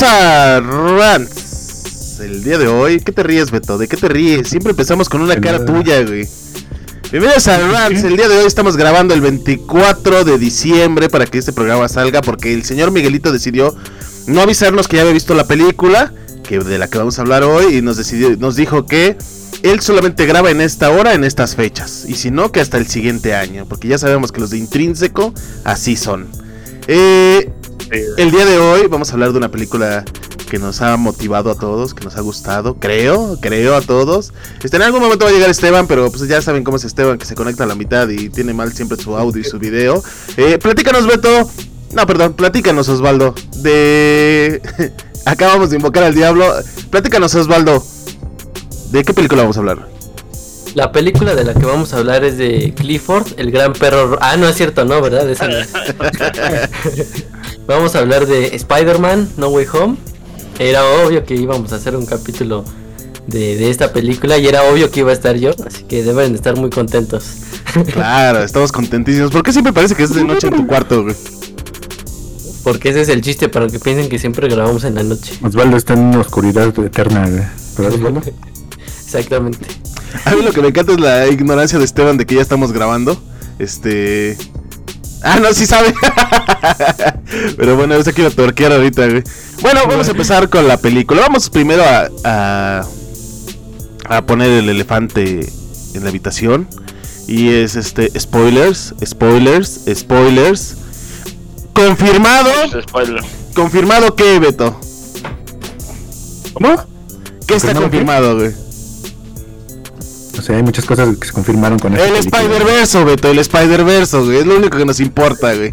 a Rants. El día de hoy, ¿qué te ríes, Beto? ¿De qué te ríes? Siempre empezamos con una cara tuya, güey. Bienvenidos a Rants. El día de hoy estamos grabando el 24 de diciembre para que este programa salga, porque el señor Miguelito decidió no avisarnos que ya había visto la película de la que vamos a hablar hoy, y nos dijo que él solamente graba en esta hora, en estas fechas, y si no, que hasta el siguiente año, porque ya sabemos que los de Intrínseco así son. El día de hoy vamos a hablar de una película que nos ha motivado a todos, que nos ha gustado, creo a todos. En algún momento va a llegar Esteban, pero pues ya saben cómo es Esteban, que se conecta a la mitad y tiene mal siempre su audio y su video. Platícanos, Beto. No, perdón, platícanos, Osvaldo. Acabamos de invocar al diablo. Platícanos, Osvaldo. ¿De qué película vamos a hablar? La película de la que vamos a hablar es de Clifford, el gran perro... Ah, no es cierto, ¿no? ¿Verdad? Esa no es. Vamos a hablar de Spider-Man, No Way Home. Era obvio que íbamos a hacer un capítulo de esta película y era obvio que iba a estar yo, así que deben de estar muy contentos. Claro, estamos contentísimos. ¿Por qué siempre parece que es de noche en tu cuarto, güey? Porque ese es el chiste, para que piensen que siempre grabamos en la noche. Osvaldo está en una oscuridad eterna, güey. ¿Verdad, Osvaldo? Exactamente. A mí lo que me encanta es la ignorancia de Esteban de que ya estamos grabando. Ah, no, sí sabe. Pero bueno, es aquí la torquear ahorita, güey. Bueno, vamos a empezar con la película. Vamos primero a poner el elefante en la habitación. Y es spoilers. Confirmado. ¿Confirmado qué, Beto? ¿Cómo? ¿Qué está confirmado, güey? O sea, hay muchas cosas que se confirmaron con el Spider-Verse, Beto, el Spider-Verse, güey. Es lo único que nos importa, güey.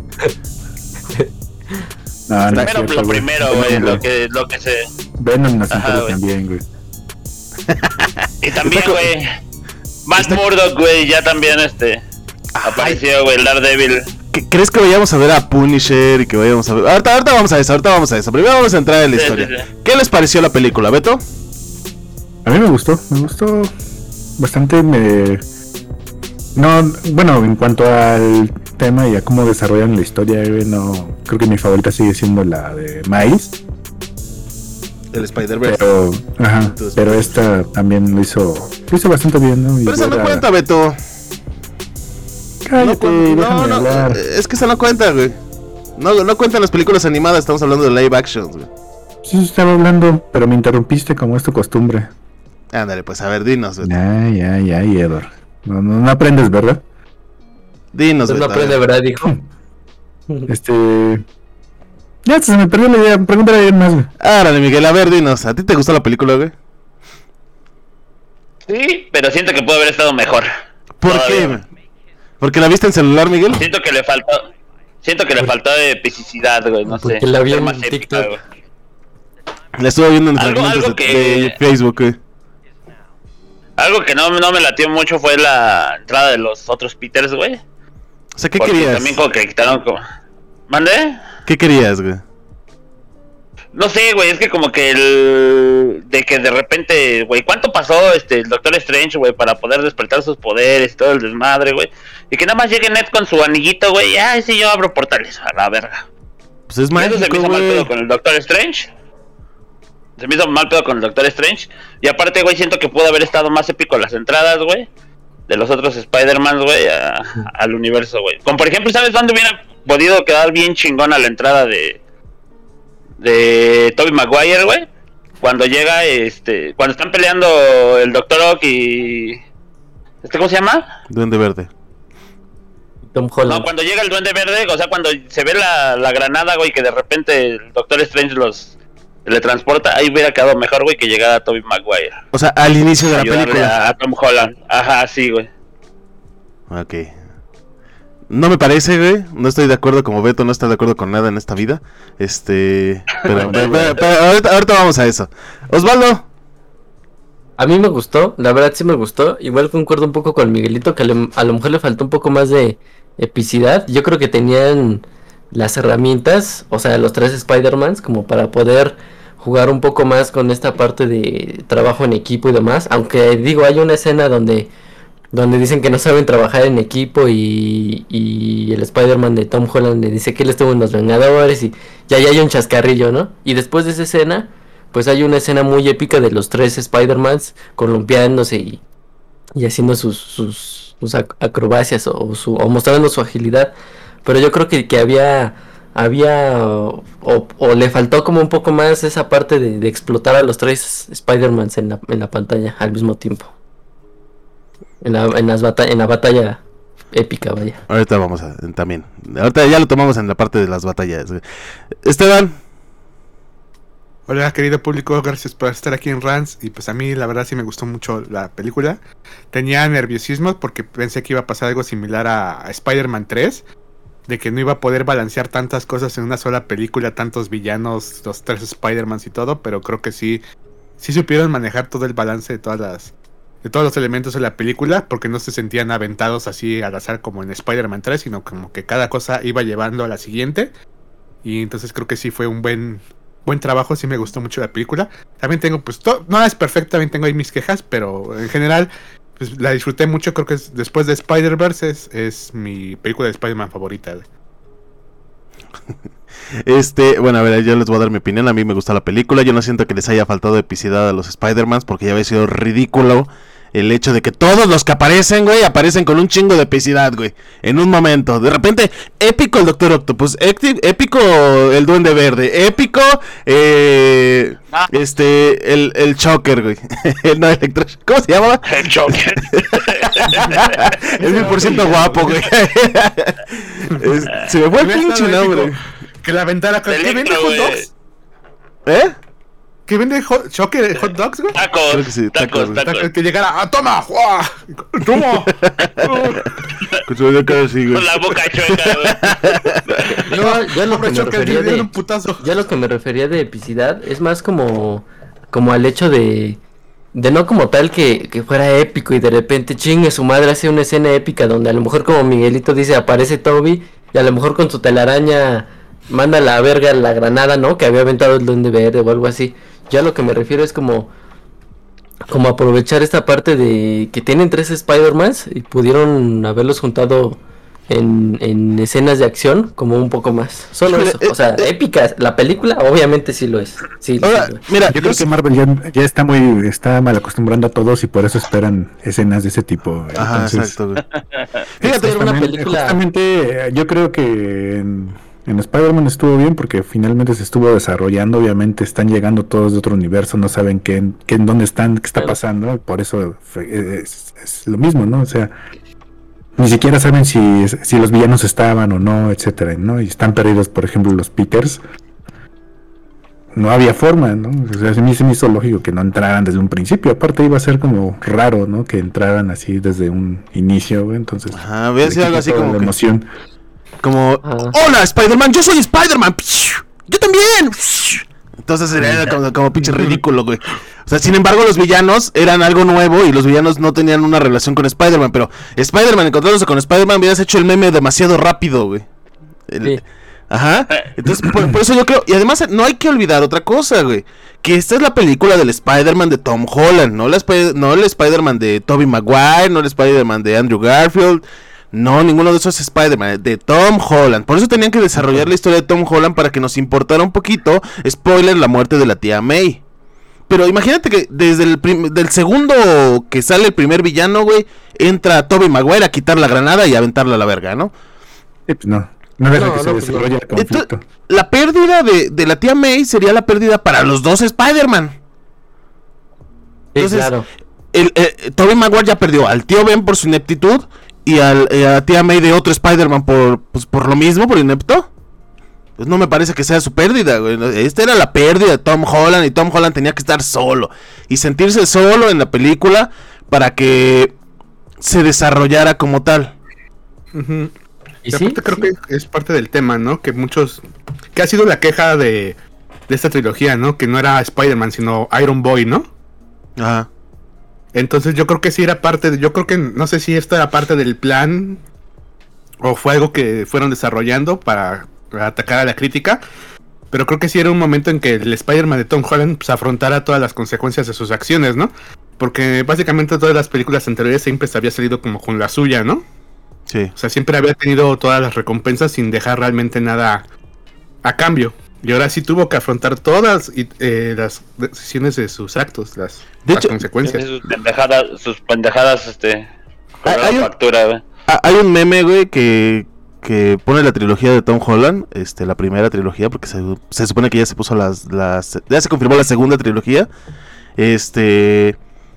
No, lo primero, güey, lo que se... Venom nos importa también, güey. Y también, güey, Matt Murdock, güey, ya también apareció, güey, el Daredevil. ¿Crees que vayamos a ver a Punisher y que vayamos a ver? Ahorita vamos a eso. Primero vamos a entrar en la historia. Sí. ¿Qué les pareció la película, Beto? A mí me gustó bastante. No, bueno, en cuanto al tema y a cómo desarrollan la historia, no, creo que mi favorita sigue siendo la de Miles. El Spider-Verse. Pero esta también lo hizo bastante bien, ¿no? Pero esa no cuenta, Beto. Cállate, déjame hablar. Es que esa no cuenta, güey. No cuentan las películas animadas, estamos hablando de live action, güey. Sí, estaba hablando, pero me interrumpiste como es tu costumbre. Ándale, pues a ver, dinos, Beto. Ya, Edward. No aprendes, ¿verdad? Dinos, Beto. No aprende, ¿verdad, hijo? Ya se me perdió la idea, pregúntale a alguien más, güey. Árale, Miguel, a ver, dinos, ¿a ti te gustó la película, güey? Sí, pero siento que pudo haber estado mejor. ¿Por qué? ¿Porque la viste en celular, Miguel? Siento que le faltó de epicidad, güey, no sé. La vi en TikTok, güey. La estuve viendo en fragmentos de Facebook, güey. Algo que no me latió mucho fue la entrada de los otros Peters, güey. O sea, ¿qué querías? También como que quitaron como... ¿Mandé? ¿Qué querías, güey? No sé, güey, es que como que de que de repente, güey, ¿cuánto pasó el Doctor Strange, güey, para poder despertar sus poderes y todo el desmadre, güey? Y que nada más llegue Ned con su anillito, güey, ay, sí, yo abro portales, a la verga. Pues es mágico, eso se me hizo mal pedo con el Doctor Strange. Y aparte, güey, siento que pudo haber estado más épico las entradas, güey, de los otros Spider-Man, güey, al universo, güey. Como por ejemplo, ¿sabes dónde hubiera podido quedar bien chingona la entrada de Tobey Maguire, güey? Cuando llega, cuando están peleando el Dr. Ock y... ¿cómo se llama? Duende Verde. Tom Holland. No, cuando llega el Duende Verde, o sea, cuando se ve la granada, güey, que de repente el Doctor Strange los teletransporta, ahí hubiera quedado mejor, güey, que llegara Tobey Maguire. O sea, al inicio de la película. A Tom Holland. Ajá, sí, güey. Ok. No me parece, güey. No estoy de acuerdo, como Beto no está de acuerdo con nada en esta vida. Pero ahorita vamos a eso. Osvaldo. A mí me gustó, la verdad sí me gustó. Igual concuerdo un poco con Miguelito, que a lo mejor le faltó un poco más de epicidad. Yo creo que tenían las herramientas, o sea, los tres Spider-Mans, como para poder jugar un poco más con esta parte de trabajo en equipo y demás. Aunque digo, hay una escena donde donde dicen que no saben trabajar en equipo y el Spider-Man de Tom Holland le dice que él estuvo en los Vengadores y ya hay un chascarrillo, ¿no? Y después de esa escena, pues hay una escena muy épica de los tres Spider-Mans columpiándose y haciendo sus acrobacias o mostrando su agilidad. Pero yo creo que había o le faltó como un poco más esa parte de explotar a los tres Spider-Mans en la pantalla al mismo tiempo. En la batalla épica, vaya. Ahorita vamos a también. Ahorita ya lo tomamos en la parte de las batallas. Esteban. Hola, querido público, gracias por estar aquí en Rants. Y pues a mí la verdad sí me gustó mucho la película. Tenía nerviosismo porque pensé que iba a pasar algo similar a Spider-Man 3, de que no iba a poder balancear tantas cosas en una sola película, tantos villanos, los tres Spider-Mans y todo, pero creo que sí supieron manejar todo el balance de todos los elementos de la película, porque no se sentían aventados así al azar como en Spider-Man 3, sino como que cada cosa iba llevando a la siguiente. Y entonces creo que sí fue un buen trabajo, sí me gustó mucho la película. También tengo, pues, no es perfecta, también tengo ahí mis quejas, pero en general, pues la disfruté mucho. Creo que después de Spider-Verse es mi película de Spider-Man favorita. Bueno, a ver, yo les voy a dar mi opinión. A mí me gustó la película. Yo no siento que les haya faltado epicidad a los Spider-Mans, porque ya había sido ridículo el hecho de que todos los que aparecen, güey, aparecen con un chingo de epicidad, güey. En un momento. De repente, épico el Doctor Octopus, épico el Duende Verde, épico el Shocker, güey. No, ¿cómo se llamaba? El Joker. Es 1000% guapo, güey. Se me fue el pinche nombre. Que la aventara con... ¿Qué vende hot dogs? ¿Eh? ¿Qué vende Shocker hot dogs, güey? Creo que sí, tacos. Que llegara, ¡toma! ¡Toma! Con su boca así, güey. Con la boca chueca, güey. Yo lo que me refería de epicidad es más como al hecho de no como tal que fuera épico y de repente chingue su madre hace una escena épica donde a lo mejor como Miguelito dice aparece Toby y a lo mejor con su telaraña manda a la verga la granada, ¿no? Que había aventado el Duende Verde o algo así. Ya lo que me refiero es como aprovechar esta parte de que tienen tres Spider-Mans y pudieron haberlos juntado en escenas de acción como un poco más. Solo eso, o sea, épicas. La película obviamente sí lo es. Sí, ahora, sí lo es. mira, yo creo que Marvel ya está mal acostumbrando a todos y por eso esperan escenas de ese tipo. Ajá, entonces, exacto, güey. Fíjate, era una película. Justamente, yo creo que en Spider-Man estuvo bien porque finalmente se estuvo desarrollando. Obviamente están llegando todos de otro universo, no saben en dónde están, qué está pasando. Por eso es lo mismo, ¿no? O sea, ni siquiera saben si los villanos estaban o no, etcétera, ¿no? Y están perdidos, por ejemplo, los Peters. No había forma, ¿no? O sea, a mí se me hizo lógico que no entraran desde un principio. Aparte iba a ser como raro, ¿no? Que entraran así desde un inicio, güey. Entonces, ajá, voy a decir algo así como la emoción. Como, hola Spider-Man, yo soy Spider-Man. Yo también. Entonces era como pinche ridículo, güey. O sea, sin embargo, los villanos eran algo nuevo y los villanos no tenían una relación con Spider-Man. Pero Spider-Man encontrándose con Spider-Man, hubieras hecho el meme demasiado rápido, güey. Sí. Ajá. Entonces, por eso yo creo. Y además, no hay que olvidar otra cosa, güey. Que esta es la película del Spider-Man de Tom Holland. No el Spider-Man de Tobey Maguire, no el Spider-Man de Andrew Garfield. No, ninguno de esos es Spider-Man, de Tom Holland. Por eso tenían que desarrollar la historia de Tom Holland para que nos importara un poquito, spoiler, la muerte de la tía May. Pero imagínate que desde del segundo que sale el primer villano, güey, entra Tobey Maguire a quitar la granada y a aventarla a la verga, ¿no? Sí, pues no deja que se desarrolle el conflicto. Entonces, la pérdida de la tía May sería la pérdida para los dos Spider-Man. Entonces, claro. Tobey Maguire ya perdió al tío Ben por su ineptitud y a la tía May de otro Spider-Man por lo mismo, por inepto. Pues no me parece que sea su pérdida, güey. Esta era la pérdida de Tom Holland y Tom Holland tenía que estar solo y sentirse solo en la película para que se desarrollara como tal. Uh-huh. ¿Y sí? Aparte creo que es parte del tema, ¿no? Que ha sido la queja de esta trilogía, ¿no? Que no era Spider-Man, sino Iron Boy, ¿no? Ajá. Entonces yo creo que sí era yo creo que, no sé si esto era parte del plan o fue algo que fueron desarrollando para atacar a la crítica, pero creo que sí era un momento en que el Spider-Man de Tom Holland pues afrontara todas las consecuencias de sus acciones, ¿no? Porque básicamente todas las películas anteriores siempre se había salido como con la suya, ¿no? Sí. O sea, siempre había tenido todas las recompensas sin dejar realmente nada a cambio. Y ahora sí tuvo que afrontar todas las decisiones de sus actos, las consecuencias. Sus pendejadas, Hay un- factura, güey. Hay un meme, güey, que pone la trilogía de Tom Holland, la primera trilogía, porque se supone que ya se puso ya se confirmó la segunda trilogía, que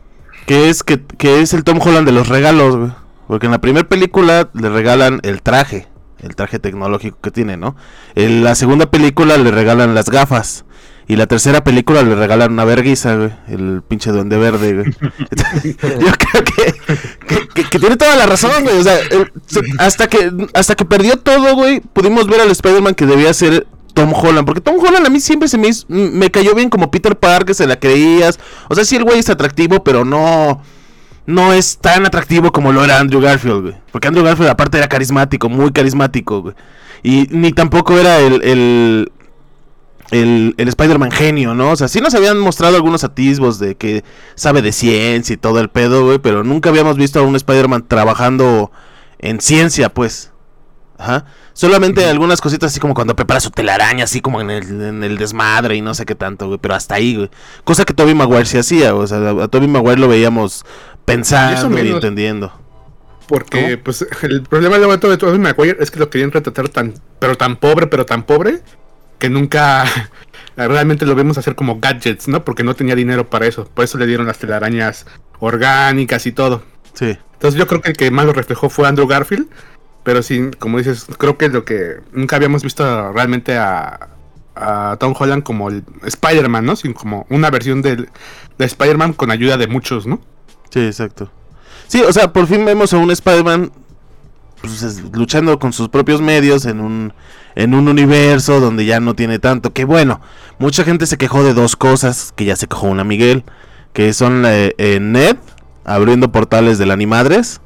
es el Tom Holland de los regalos, güey, porque en la primera película le regalan el traje tecnológico que tiene, ¿no? En la segunda película le regalan las gafas. Y la tercera película le regalan una verguiza, güey. El pinche duende verde, güey. Yo creo que tiene toda la razón, güey. O sea, hasta que perdió todo, güey, pudimos ver al Spider-Man que debía ser Tom Holland. Porque Tom Holland a mí siempre me cayó bien como Peter Parker, se la creías. O sea, sí el güey es atractivo, pero no es tan atractivo como lo era Andrew Garfield, güey. Porque Andrew Garfield aparte era carismático, muy carismático, güey. Y ni tampoco era el Spider-Man genio, ¿no? O sea, sí nos habían mostrado algunos atisbos de que sabe de ciencia y todo el pedo, güey, pero nunca habíamos visto a un Spider-Man trabajando en ciencia, pues. Ajá. Solamente algunas cositas así como cuando prepara su telaraña, así como en el desmadre y no sé qué tanto, güey, pero hasta ahí, güey. Cosa que Tobey Maguire sí hacía, o sea, a Tobey Maguire lo veíamos pensando y entendiendo. Porque, pues, el problema de Tobey Maguire es que lo querían retratar tan pobre, que nunca realmente lo vemos hacer como gadgets, ¿no? Porque no tenía dinero para eso. Por eso le dieron las telarañas orgánicas y todo. Sí. Entonces yo creo que el que más lo reflejó fue Andrew Garfield. Pero sí, como dices, creo que lo que nunca habíamos visto realmente a Tom Holland como el Spider-Man, ¿no? Sino como una versión de Spider-Man con ayuda de muchos, ¿no? Sí, exacto. Sí, o sea, por fin vemos a un Spider-Man pues, luchando con sus propios medios en un universo donde ya no tiene tanto. Que bueno, mucha gente se quejó de dos cosas, que ya se quejó una Miguel, que son Ned abriendo portales de la Animadres,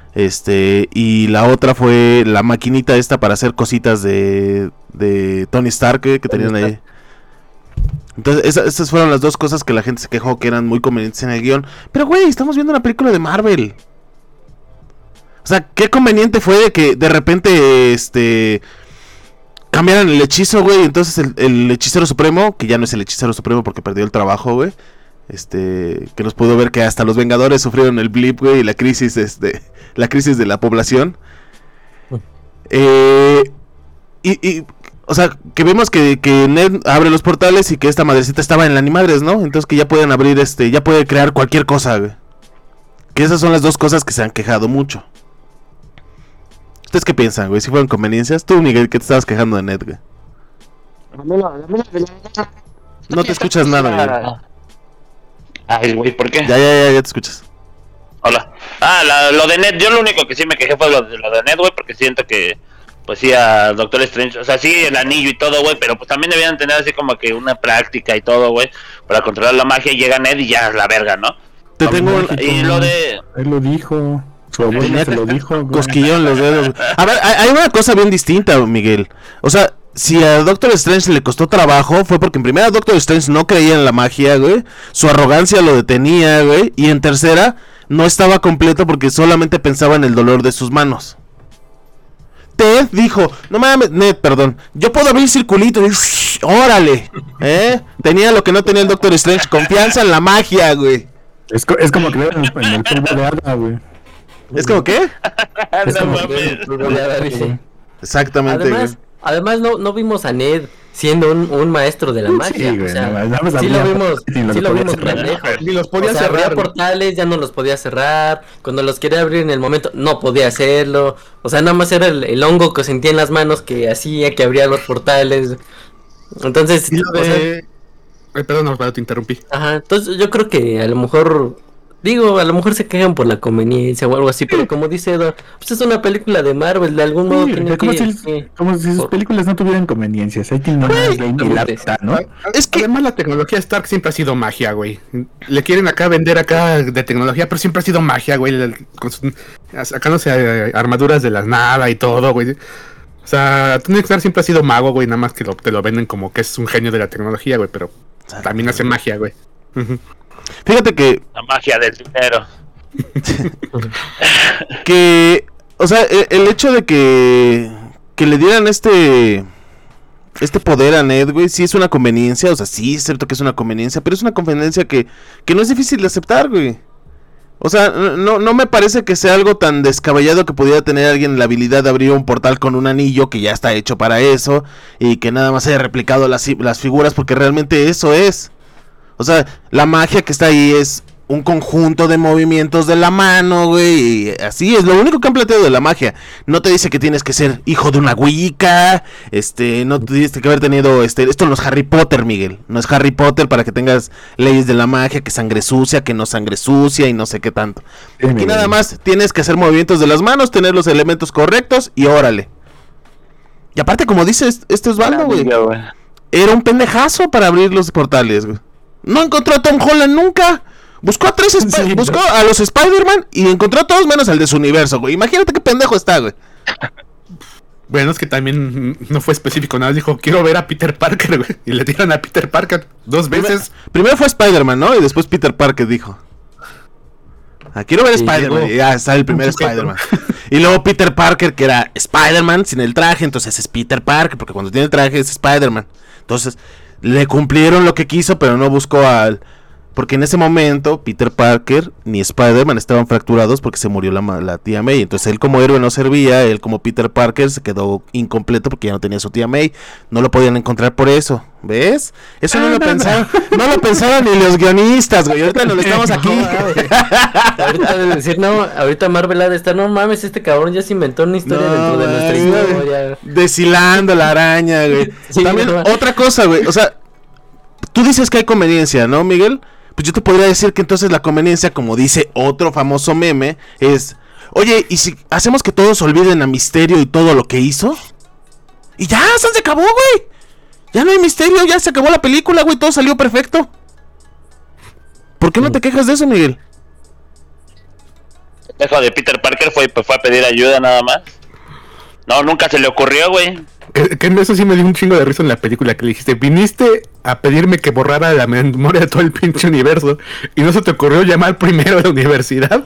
y la otra fue la maquinita esta para hacer cositas de Tony Stark que tenían ahí. Entonces esas fueron las dos cosas que la gente se quejó que eran muy convenientes en el guión. Pero güey, estamos viendo una película de Marvel. O sea, qué conveniente fue de que de repente cambiaran el hechizo, güey. Entonces el hechicero supremo, que ya no es el hechicero supremo porque perdió el trabajo, güey. Que nos pudo ver que hasta los Vengadores sufrieron el blip, güey, y la crisis de la población. O sea, que vemos que Ned abre los portales y que esta madrecita estaba en la Animadres, ¿no? Entonces que ya pueden abrir, ya puede crear cualquier cosa, güey. Que esas son las dos cosas que se han quejado mucho. ¿Ustedes qué piensan, güey? ¿Si fueron conveniencias? Tú, Miguel, que te estabas quejando de Ned, güey. No te escuchas nada, güey. Ay, güey, ¿por qué? Ya te escuchas. Hola. Lo de Ned, yo lo único que sí me quejé fue lo de Ned, güey, porque siento que, pues sí, a Doctor Strange, o sea, sí, el anillo y todo, güey, pero pues también debían tener así como que una práctica y todo, güey, para controlar la magia, y llega Ned y ya es la verga, ¿no? Te tengo Y lo de... Él lo dijo. Su abuela se lo dijo, güey. Cosquillón los dedos. A ver, hay una cosa bien distinta, Miguel. O sea, si a Doctor Strange le costó trabajo, fue porque en primera Doctor Strange no creía en la magia, güey. Su arrogancia lo detenía, güey. Y en tercera, no estaba completo porque solamente pensaba en el dolor de sus manos. Ted dijo, no mames, Ned, perdón, yo puedo abrir circulitos. Órale, tenía lo que no tenía el Doctor Strange, confianza en la magia, güey. Es como creer en el polvo de hada, güey. ¿Es como qué? Dice. Exactamente. Además no vimos a Ned siendo un maestro de la magia. güey, o sea, nada más sí había- lo vimos podía pendejo. Ni los podía O sea, cerrar. abría portales, ya no los podía cerrar. Cuando los quería abrir en el momento, no podía hacerlo. O sea, nada más era el hongo que sentía en las manos que hacía que abría los portales. Entonces, Y lo o sea, de... perdón, no, te interrumpí. ajá, entonces yo creo que a lo mejor, a lo mejor se quejan por la conveniencia o algo así, pero como dice Edo, pues es una película de Marvel, de algún modo Sí, tiene como, que... como si sus películas no tuvieran conveniencias. Ahí tienen una ley y la otra, ¿no? Es que- Además la tecnología Stark siempre ha sido magia, güey. Le quieren acá vender acá de tecnología, pero siempre ha sido magia, güey. Sacándose armaduras de la nada y todo, güey. O sea, Tony Stark siempre ha sido mago, güey. Nada más que te lo venden como que es un genio de la tecnología, güey. Pero también hace magia, güey. Ujú. Fíjate que... La magia del dinero. Que... O sea, el hecho de que le dieran este poder a Ned, güey, sí es una conveniencia. O sea, sí es cierto que es una conveniencia, pero es una conveniencia que no es difícil de aceptar, güey. O sea, no me parece que sea algo tan descabellado que pudiera tener alguien la habilidad de abrir un portal con un anillo que ya está hecho para eso y que nada más haya replicado las figuras, porque realmente eso es. O sea, la magia que está ahí es un conjunto de movimientos de la mano, güey, y así es lo único que han planteado de la magia. No te dice que tienes que ser hijo de una wicca, no tienes que haber tenido, esto no es Harry Potter, Miguel, no es Harry Potter para que tengas leyes de la magia, que sangre sucia, que no sangre sucia y no sé qué tanto. Aquí nada más tienes que hacer movimientos de las manos, tener los elementos correctos y órale. Y aparte, como dice Osvaldo, güey, era un pendejazo para abrir los portales, güey. No encontró a Tom Holland nunca. Buscó a buscó a los Spider-Man y encontró a todos menos al de su universo, güey. Imagínate qué pendejo está, güey. Bueno, es que también no fue específico, nada, dijo, quiero ver a Peter Parker, güey. Y le dieron a Peter Parker 2 veces. Primero fue Spider-Man, ¿no? Y después Peter Parker dijo, quiero ver a Spider-Man. Y ya está el primer Spider-Man. Y luego Peter Parker, que era Spider-Man sin el traje, entonces es Peter Parker, porque cuando tiene el traje es Spider-Man. Entonces, le cumplieron lo que quiso, pero no buscó al... Porque en ese momento Peter Parker ni Spider-Man estaban fracturados porque se murió la tía May. Entonces él como héroe no servía, él como Peter Parker se quedó incompleto porque ya no tenía su tía May. No lo podían encontrar por eso, ¿ves? Eso no lo pensaron, no lo pensaron ni los guionistas, güey. Ahorita no lo estamos aquí. Ahorita de decir, no, ahorita Marvel ha de estar, no mames, este cabrón ya se inventó una historia dentro de nuestra historia. Deshilando la araña, güey. Sí, también otra cosa, güey, o sea, tú dices que hay conveniencia, ¿no, Miguel? Pues yo te podría decir que entonces la conveniencia, como dice otro famoso meme, es... Oye, ¿y si hacemos que todos olviden a Misterio y todo lo que hizo? Y ya, se acabó, güey. Ya no hay misterio, ya se acabó la película, güey. Todo salió perfecto. ¿Por qué no te quejas de eso, Miguel? Eso de Peter Parker fue a pedir ayuda nada más. No, nunca se le ocurrió, güey. Que eso sí me dio un chingo de risa en la película, que le dijiste, viniste a pedirme que borrara la memoria de todo el pinche universo y no se te ocurrió llamar primero a la universidad.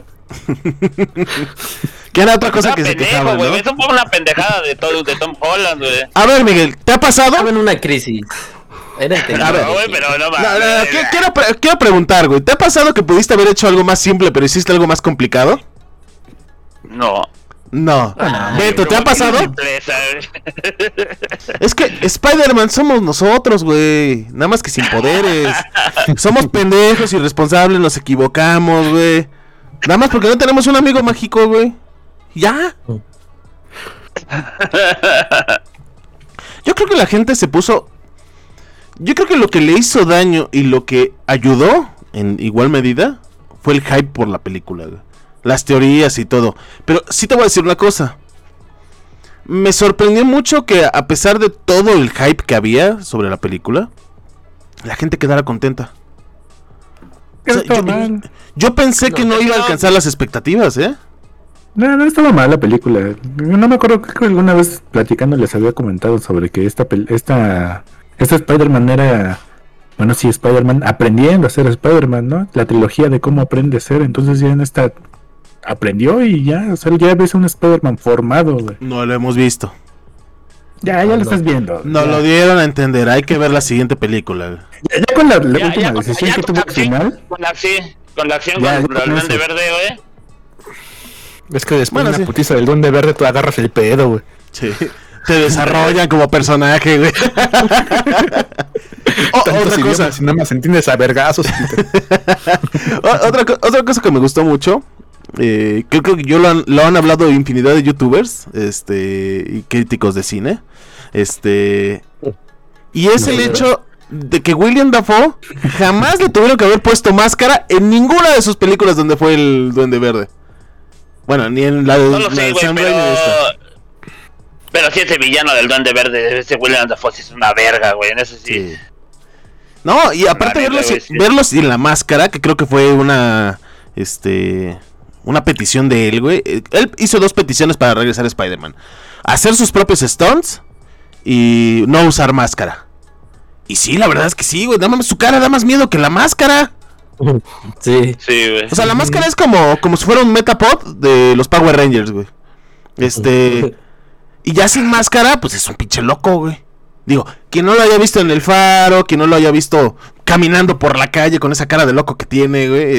Que era otra cosa que se quejaba, ¿no? Eso fue una pendejada de Tom Holland, güey. A ver, Miguel, ¿te ha pasado? Estaba en una crisis. Era a ver, güey, pero no, quiero preguntar, güey, ¿te ha pasado que pudiste haber hecho algo más simple pero hiciste algo más complicado? No. No. Beto, ¿te ha pasado? Es que Spider-Man somos nosotros, güey. Nada más que sin poderes. Somos pendejos, irresponsables, nos equivocamos, güey. Nada más porque no tenemos un amigo mágico, güey. Ya. Yo creo que la gente se puso... Yo creo que lo que le hizo daño y lo que ayudó en igual medida fue el hype por la película, güey. Las teorías y todo. Pero sí te voy a decir una cosa. Me sorprendió mucho que a pesar de todo el hype que había sobre la película, la gente quedara contenta. O sea, yo pensé que no iba a alcanzar las expectativas, ¿eh? No estaba mal la película. No me acuerdo, creo que alguna vez platicando les había comentado sobre que esta Spider-Man era... Bueno, sí, Spider-Man aprendiendo a ser Spider-Man, ¿no? La trilogía de cómo aprende a ser. Entonces ya en esta... aprendió y ya, o sea, ya ves un Spider-Man formado, güey. No lo hemos visto. Ya lo estás viendo. Nos lo dieron a entender, hay que ver la siguiente película, güey. Ya con la última decisión que tuvo al final. Con la acción con el Duende Verde, güey. Es que después de la putiza del Duende Verde tú agarras el pedo, güey. Sí. Te desarrollan como personaje, güey. Otra cosa, si nada más entiendes a vergazos. Otra cosa que me gustó mucho, creo que lo han hablado infinidad de youtubers, y críticos de cine, y es el hecho de que William Dafoe jamás le tuvieron que haber puesto máscara en ninguna de sus películas donde fue el Duende Verde. Bueno, ni en la de Sam Raimi ni esta. Pero sí, ese villano del Duende Verde, ese William Dafoe es una verga, güey, en eso sí. No, y aparte verlos sin la máscara, que creo que fue una petición de él, güey. Él hizo 2 peticiones para regresar a Spider-Man. Hacer sus propios stunts y no usar máscara. Y sí, la verdad es que sí, güey. Su cara da más miedo que la máscara. Sí. Sí, güey. O sea, la máscara es como si fuera un Metapod de los Power Rangers, güey. Y ya sin máscara, pues es un pinche loco, güey. Digo, quien no lo haya visto en el faro, quien no lo haya visto caminando por la calle con esa cara de loco que tiene, güey,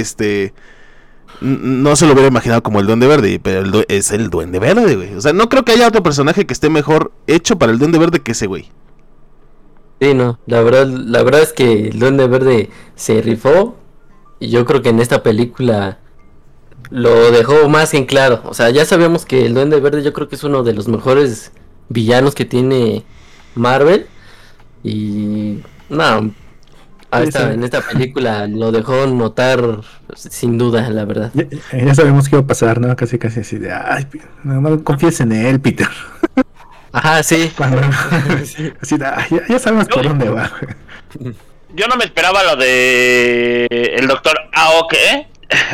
no se lo hubiera imaginado como el Duende Verde, pero es el Duende Verde, güey. O sea, no creo que haya otro personaje que esté mejor hecho para el Duende Verde que ese, güey. Sí, no, la verdad es que el Duende Verde se rifó y yo creo que en esta película lo dejó más en claro. O sea, ya sabíamos que el Duende Verde yo creo que es uno de los mejores villanos que tiene Marvel y no, en esta película lo dejó notar sin duda, la verdad. Ya sabemos qué iba a pasar, ¿no? Casi así de, ay, no confíes en él, Peter. Ajá, sí. Así de, ay, ya sabemos por dónde va. Yo no me esperaba lo de el doctor Aoki.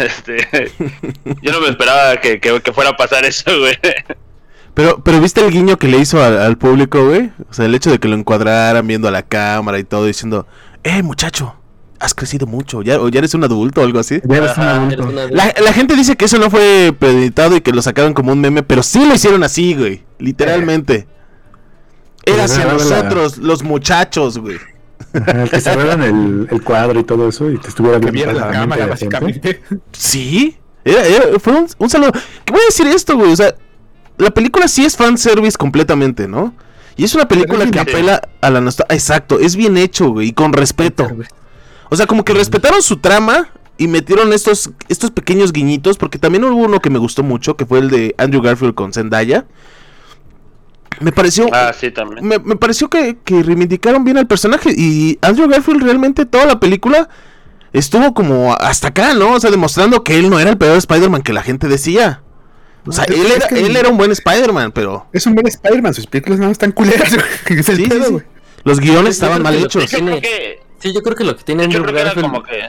Yo no me esperaba que fuera a pasar eso, güey. Pero viste el guiño que le hizo al público, güey. O sea, el hecho de que lo encuadraran viendo a la cámara y todo, diciendo, muchacho, has crecido mucho, o ya eres un adulto o algo así. Ya eres un adulto. La gente dice que eso no fue premeditado y que lo sacaron como un meme, pero sí lo hicieron así, güey. Literalmente. Era hacia nosotros, los muchachos, güey. Que cerraran el cuadro y todo eso y te estuviera viendo la cámara, básicamente. Sí, fue un saludo. ¿Qué voy a decir esto, güey? O sea, la película sí es fanservice completamente, ¿no? Y es una película que apela a la nostalgia. Exacto, es bien hecho, güey, y con respeto. O sea, como que respetaron su trama y metieron estos pequeños guiñitos, porque también hubo uno que me gustó mucho, que fue el de Andrew Garfield con Zendaya. Me pareció sí, también. Me pareció que reivindicaron bien al personaje. Y Andrew Garfield realmente toda la película estuvo como hasta acá, ¿no? O sea, demostrando que él no era el peor Spider-Man que la gente decía. O sea, él era un buen Spider-Man, pero... Es un buen Spider-Man, sus películas no están culeras, güey. Es el pedo, güey. Los guiones estaban mal hechos. Yo creo que lo que tiene Andrew Garfield... como que...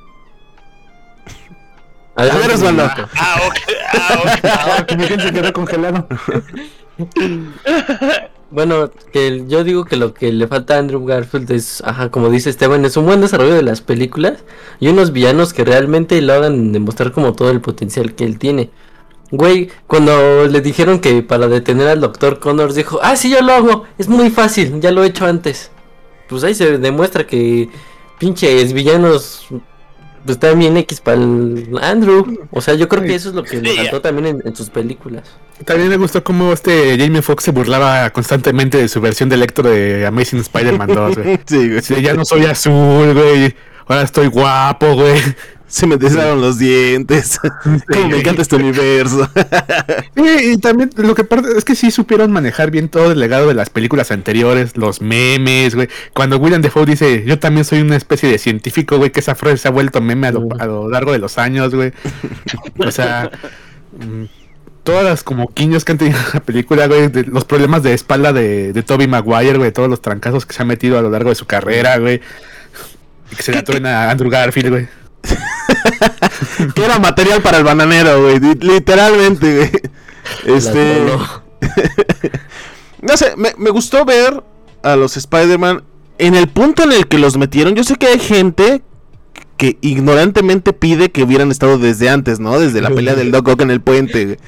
A ver, Osvaldo. Que Miguel se quedó congelado. Bueno, que yo digo que lo que le falta a Andrew Garfield es, como dice Esteban, es un buen desarrollo de las películas y unos villanos que realmente lo hagan demostrar como todo el potencial que él tiene. Güey, cuando le dijeron que para detener al Dr. Connors dijo, sí, yo lo hago, es muy fácil, ya lo he hecho antes. Pues ahí se demuestra que pinches villanos pues están bien X para el Andrew. O sea, yo creo que eso es lo que me faltó también en sus películas. También me gustó cómo Jamie Foxx se burlaba constantemente de su versión de Electro de Amazing Spider-Man 2, güey. Sí, güey. Sí, ya no soy azul, güey. Ahora estoy guapo, güey. Se me desharon los dientes. Cómo me encanta este universo. Y también lo que parte es que sí supieron manejar bien todo el legado de las películas anteriores, los memes, güey. Cuando William Dafoe dice, yo también soy una especie de científico, güey, que esa frase se ha vuelto meme a lo largo de los años, güey. O sea, todas las como guiños que han tenido la película, güey, de los problemas de espalda de Tobey Maguire, güey, todos los trancazos que se ha metido a lo largo de su carrera, güey. Y que se le truena a Andrew Garfield, güey. Que era material para el bananero, güey. Literalmente, güey. No sé, me gustó ver a los Spider-Man en el punto en el que los metieron. Yo sé que hay gente que ignorantemente pide que hubieran estado desde antes, ¿no? Desde la pelea del Doc Ock en el puente, güey.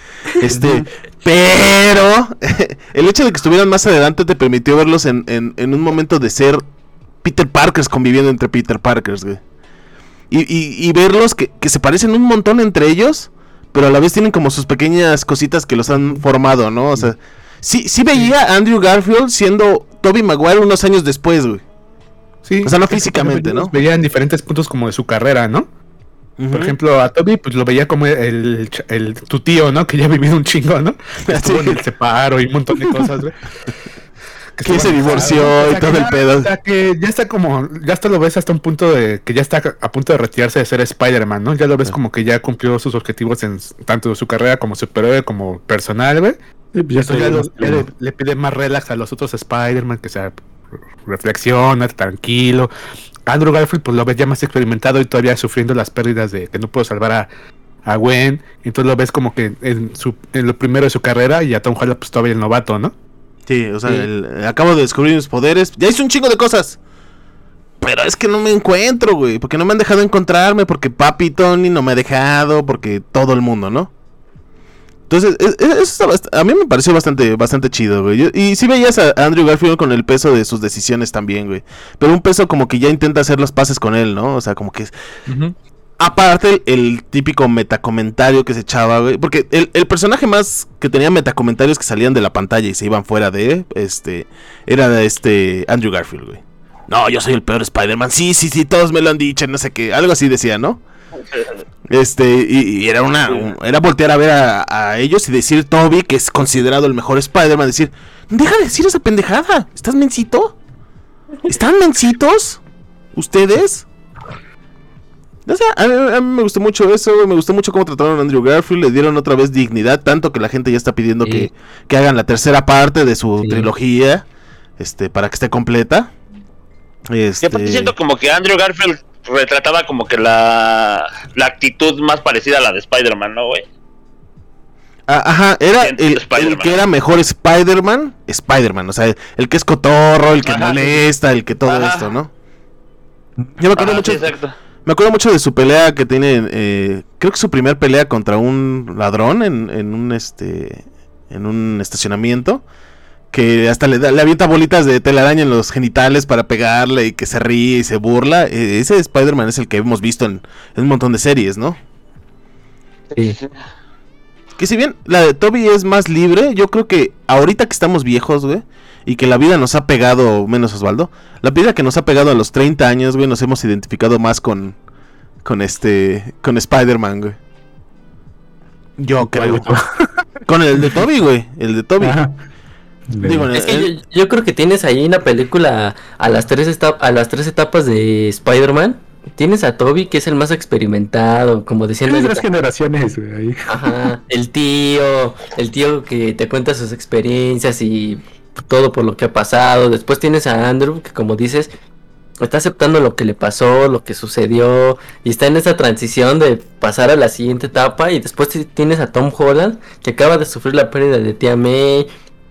Pero el hecho de que estuvieran más adelante te permitió verlos en un momento de ser Peter Parkers conviviendo entre Peter Parkers, güey. Y verlos que se parecen un montón entre ellos, pero a la vez tienen como sus pequeñas cositas que los han formado, ¿no? O sea, sí veía a Andrew Garfield siendo Tobey Maguire unos años después, güey. Sí, o sea, no físicamente, ¿no? Veía en diferentes puntos como de su carrera, ¿no? Por ejemplo, a Tobey pues lo veía como tu tío, ¿no? Que ya ha vivido un chingo, ¿no? Estuvo en el separo y un montón de cosas, güey. Que se divorció y todo el pedo. O sea, que ya está como, ya hasta lo ves hasta un punto de que ya está a punto de retirarse de ser Spider-Man, ¿no? Ya lo ves como que ya cumplió sus objetivos en tanto su carrera como superhéroe como personal, güey. Sí, pues ya le pide más relax a los otros Spider-Man, que sea reflexiona, tranquilo. Andrew Garfield pues lo ves ya más experimentado y todavía sufriendo las pérdidas de que no puedo salvar a Gwen. Entonces lo ves como que en lo primero de su carrera, y a Tom Holland pues todavía el novato, ¿no? Sí, o sea, acabo de descubrir mis poderes. Ya hice un chingo de cosas. pero es que no me encuentro, güey, porque no me han dejado encontrarme, porque papi Tony no me ha dejado, porque todo el mundo, ¿no? Entonces, eso a mí me pareció bastante chido, güey. Y sí veías a Andrew Garfield con el peso de sus decisiones también, güey. Pero un peso como que ya intenta hacer los pases con él, ¿no? O sea, como que... Aparte, el típico metacomentario que se echaba, güey. Porque el personaje más que tenía metacomentarios que salían de la pantalla y se iban fuera de... Era Andrew Garfield, güey. No, yo soy el peor Spider-Man. Sí, todos me lo han dicho, no sé qué. Algo así decía, ¿no? Y era era voltear a ver a ellos y decir Toby, que es considerado el mejor Spider-Man, decir, deja de decir esa pendejada, ¿estás mencito? ¿Están mencitos? ¿Ustedes? O sea, a mí me gustó mucho eso, me gustó mucho cómo trataron a Andrew Garfield, le dieron otra vez dignidad, tanto que la gente ya está pidiendo que hagan la tercera parte de su trilogía, para que esté completa. Y aparte siento como que Andrew Garfield retrataba como que la actitud más parecida a la de Spider-Man, ¿no, güey? Ajá, era el que era mejor Spider-Man, o sea, el que es cotorro, el que molesta, el que todo esto, ¿no? Yo me acuerdo mucho, me acuerdo mucho de su pelea que tiene, creo que su primer pelea contra un ladrón en un estacionamiento, que hasta le avienta bolitas de telaraña en los genitales para pegarle y que se ríe y se burla. Ese Spider-Man es el que hemos visto en un montón de series, ¿no? Sí. Que si bien la de Toby es más libre, yo creo que ahorita que estamos viejos, güey, y que la vida nos ha pegado, menos Osvaldo, la vida que nos ha pegado a los 30 años, güey, nos hemos identificado más con Spider-Man, güey. Yo creo. Con el de Toby, güey, el de Toby. Ajá. Digo, es que yo creo que tienes ahí en la película a las tres etapas de Spider-Man. Tienes a Toby, que es el más experimentado, como decían. Tienes 3 generaciones, güey, ahí. Ajá, el tío que te cuenta sus experiencias y todo por lo que ha pasado. Después tienes a Andrew, que como dices, está aceptando lo que le pasó, lo que sucedió, y está en esa transición de pasar a la siguiente etapa. Y después tienes a Tom Holland, que acaba de sufrir la pérdida de tía May,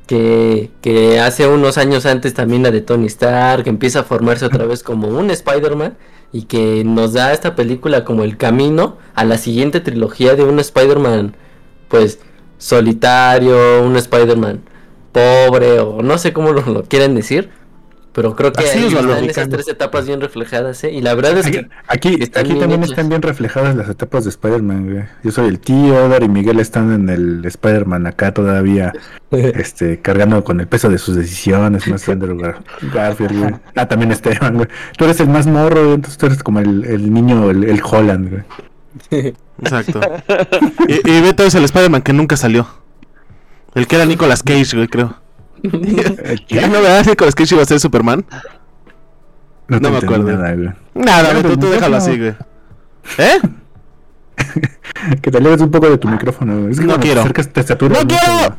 que hace unos años antes también la de Tony Stark, que empieza a formarse otra vez como un Spider-Man, y que nos da esta película como el camino a la siguiente trilogía de un Spider-Man, pues, solitario, un Spider-Man pobre, o no sé cómo lo quieren decir, pero creo que ahí están esas 3 etapas bien reflejadas, y la verdad es que aquí también están bien reflejadas las etapas de Spider-Man, güey. Yo soy el tío, Odar y Miguel están en el Spider-Man acá todavía, cargando con el peso de sus decisiones, más Andrew Garfield, güey. También Esteban, güey. Tú eres el más morro, güey, entonces tú eres como el niño, el Holland, güey. Exacto. y Beto es el Spider-Man que nunca salió. El que era Nicolas Cage, güey, creo. ¿No verdad? ¿Nicolas Cage iba a ser Superman? No me acuerdo. Nada, tú déjalo así, güey. ¿Eh? Que te alejes un poco de tu micrófono, güey. Es que no quiero. ¡No quiero!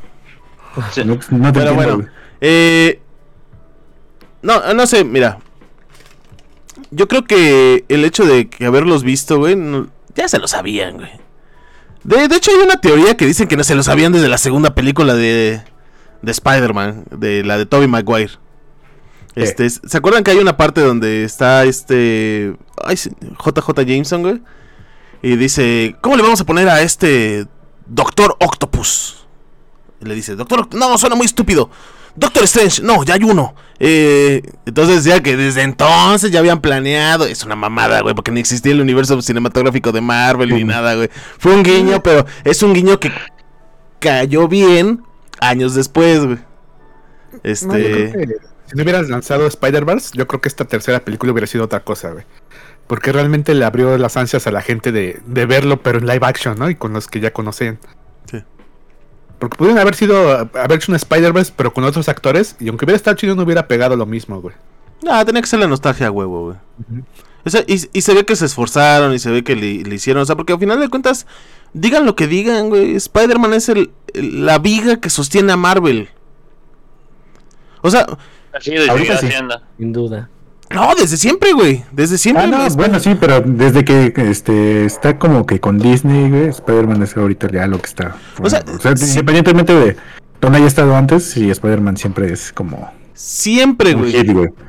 No te pero entiendo, bueno, no sé, mira. Yo creo que el hecho de que haberlos visto, güey, ya se lo sabían, güey. De hecho hay una teoría que dicen que no se lo sabían desde la segunda película de Spider-Man, de la de Tobey Maguire. ¿Se acuerdan que hay una parte donde está JJ Jameson, güey? Y dice, ¿cómo le vamos a poner a Doctor Octopus? Y le dice, no, suena muy estúpido. Doctor Strange, no, ya hay uno. Entonces decía que desde entonces ya habían planeado. Es una mamada, güey, porque ni existía el universo cinematográfico de Marvel ni nada, güey. Fue un guiño, pero es un guiño que cayó bien años después, güey. No, yo creo que si no hubieras lanzado Spider-Verse, yo creo que esta tercera película hubiera sido otra cosa, güey. Porque realmente le abrió las ansias a la gente de verlo, pero en live action, ¿no? Y con los que ya conocen. Sí. Porque pudieron haber hecho un Spider-Verse, pero con otros actores, y aunque hubiera estado chido, no hubiera pegado lo mismo, güey. No, tenía que ser la nostalgia a huevo, güey. O sea, y se ve que se esforzaron y se ve que le hicieron, o sea, porque al final de cuentas, digan lo que digan, güey, Spider-Man es la viga que sostiene a Marvel. O sea, ahorita sí. Sin duda. No, desde siempre, güey. Desde siempre. No, bueno, sí, pero desde que está como que con Disney, güey, Spider-Man es ahorita ya lo que está. O sea, independientemente de donde haya estado antes, sí, Spider-Man siempre es como... Siempre, güey.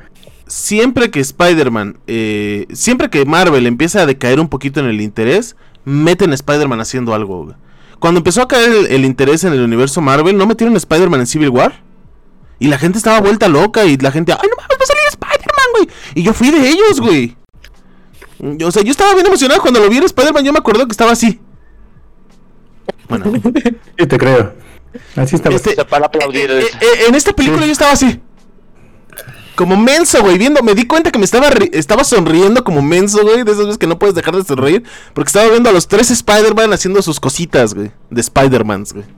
siempre que Spider-Man, siempre que Marvel empieza a decaer un poquito en el interés, meten a Spider-Man haciendo algo, güey. Cuando empezó a caer el interés en el universo Marvel, ¿no metieron a Spider-Man en Civil War? Y la gente estaba vuelta loca y la gente, ¡ay, no mames, va a salir Spider-Man, güey! Y yo fui de ellos, güey. O sea, yo estaba bien emocionado cuando lo vi en Spider-Man, yo me acuerdo que estaba así. Bueno. Yo te creo. Así estaba. Para aplaudir. En esta película yo estaba así. Como menso, güey, viendo, me di cuenta que me estaba sonriendo como menso, güey, de esas veces que no puedes dejar de sonreír, porque estaba viendo a los 3 Spider-Man haciendo sus cositas, güey, de Spider-Mans, güey.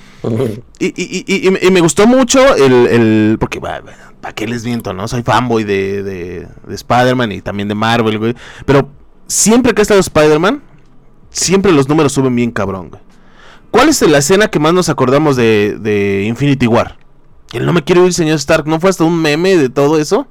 Y me gustó mucho porque, ¿para qué les miento, no? Soy fanboy de Spider-Man y también de Marvel, güey, pero siempre que ha estado Spider-Man, siempre los números suben bien cabrón, güey. ¿Cuál es la escena que más nos acordamos de Infinity War? El no me quiero ir, señor Stark, ¿no fue hasta un meme de todo eso?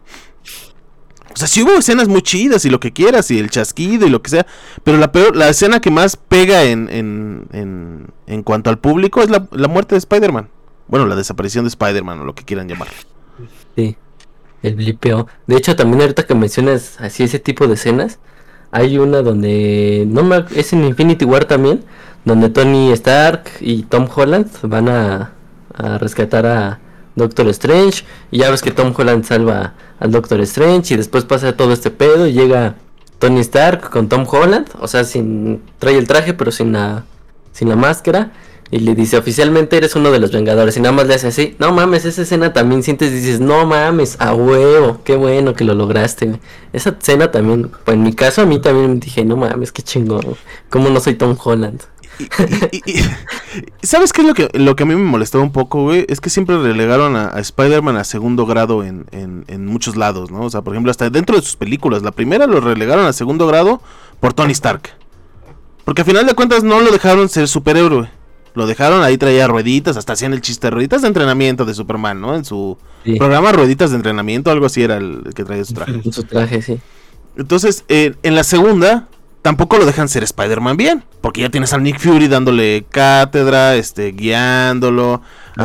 O sea, sí hubo escenas muy chidas y lo que quieras, y el chasquido y lo que sea, pero la escena que más pega en cuanto al público es la muerte de Spider-Man. Bueno, la desaparición de Spider-Man o lo que quieran llamar. Sí, el blipeo. De hecho, también ahorita que mencionas así ese tipo de escenas, hay una donde, es en Infinity War también, donde Tony Stark y Tom Holland van a rescatar a Doctor Strange, y ya ves que Tom Holland salva al Doctor Strange y después pasa todo este pedo y llega Tony Stark con Tom Holland, o sea, trae el traje pero sin la máscara, y le dice: oficialmente eres uno de los Vengadores, y nada más le hace así. No mames, esa escena también sientes y dices: no mames, a huevo, qué bueno que lo lograste, güey. Esa escena también, pues en mi caso a mí también dije: no mames, qué chingón, cómo no soy Tom Holland. Y ¿sabes qué es lo que a mí me molestaba un poco, güey? Es que siempre relegaron a Spider-Man a segundo grado en muchos lados, ¿no? O sea, por ejemplo, hasta dentro de sus películas. La primera lo relegaron a segundo grado por Tony Stark. Porque al final de cuentas no lo dejaron ser superhéroe. Lo dejaron, ahí traía rueditas, hasta hacían el chiste de rueditas de entrenamiento de Superman, ¿no? En su programa Rueditas de Entrenamiento, algo así era el que traía su traje. Su traje, sí. Entonces, en la segunda tampoco lo dejan ser Spider-Man bien, porque ya tienes a Nick Fury dándole cátedra, guiándolo.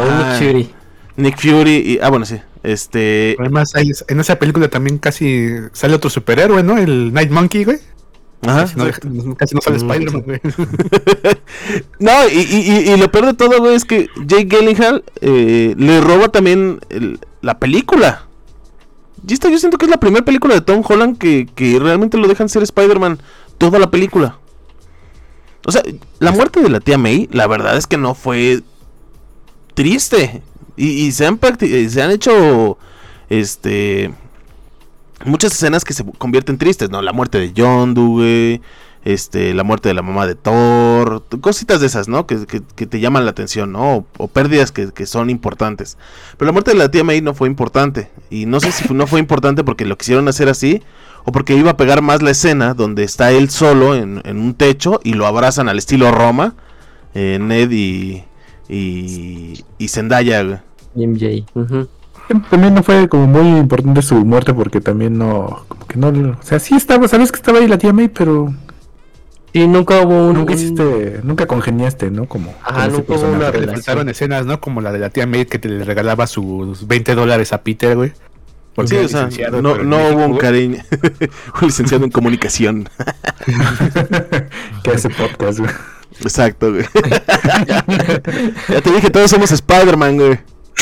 Nick Fury y bueno, sí. Además, en esa película también casi sale otro superhéroe, ¿no? El Night Monkey, güey. Ajá. Casi no sale Spider-Man, güey. No, y lo peor de todo, güey, es que Jake Gyllenhaal le roba también la película. Y yo siento que es la primera película de Tom Holland que realmente lo dejan ser Spider-Man toda la película. O sea, la muerte de la tía May, la verdad es que no fue triste. Y se han hecho muchas escenas que se convierten tristes, ¿no? La muerte de Yondu, güey, la muerte de la mamá de Thor, cositas de esas, ¿no? Que te llaman la atención, ¿no? O pérdidas que son importantes. Pero la muerte de la tía May no fue importante. Y no sé si no fue importante porque lo quisieron hacer así, o porque iba a pegar más la escena donde está él solo en un techo y lo abrazan al estilo Roma, Ned y Zendaya, güey. Y MJ. Uh-huh. También no fue como muy importante su muerte porque también no, como que no, o sea, sí estaba, sabes que estaba ahí la tía May, pero sí, nunca hubo nunca congeniaste, ¿no? Como nunca hubo una relación. Le faltaron escenas, ¿no? Como la de la tía May que te le regalaba sus $20 a Peter, güey. Sí, o sea, no hubo un cariño. Un licenciado en comunicación. Que hace podcast, güey. Exacto, güey. Ya te dije, todos somos Spider-Man, güey.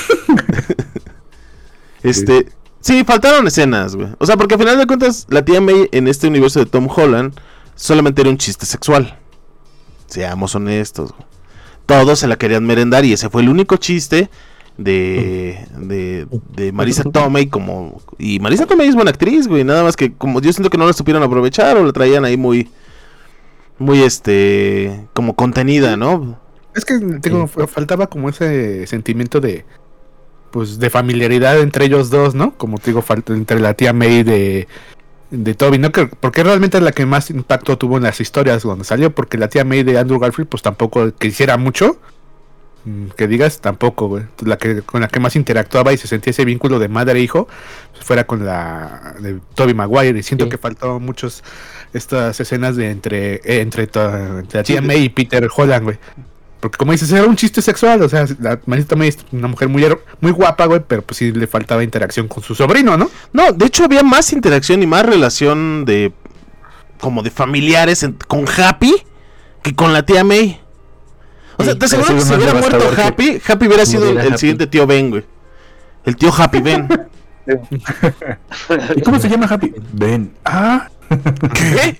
Sí, faltaron escenas, güey. O sea, porque al final de cuentas, la tía May en este universo de Tom Holland solamente era un chiste sexual. Seamos honestos, güey. Todos se la querían merendar y ese fue el único chiste de Marisa Tomei y Marisa Tomei es buena actriz, güey. Nada más que como yo siento que no la supieron aprovechar o la traían ahí muy como contenida, ¿no? Es que faltaba como ese sentimiento de familiaridad entre ellos dos, ¿no? Como te digo, entre la tía May de Tobey, ¿no? Porque realmente es la que más impacto tuvo en las historias cuando salió, porque la tía May de Andrew Garfield, pues tampoco que hiciera mucho, que digas, tampoco, güey. Con la que más interactuaba y se sentía ese vínculo de madre e hijo, pues fuera con la de Tobey Maguire, y siento que faltó estas escenas de entre la tía May y Peter Holland, güey. Porque como dices, era un chiste sexual, o sea, la Marisa Tomei es una mujer muy guapa, güey, pero pues sí le faltaba interacción con su sobrino, ¿no? No, de hecho había más interacción y más relación de como de familiares con Happy que con la tía May. O sea, te aseguro que si hubiera muerto Happy hubiera sido el siguiente tío Ben, güey. El tío Happy Ben. ¿Y cómo se llama Happy? Ben. ¿Qué?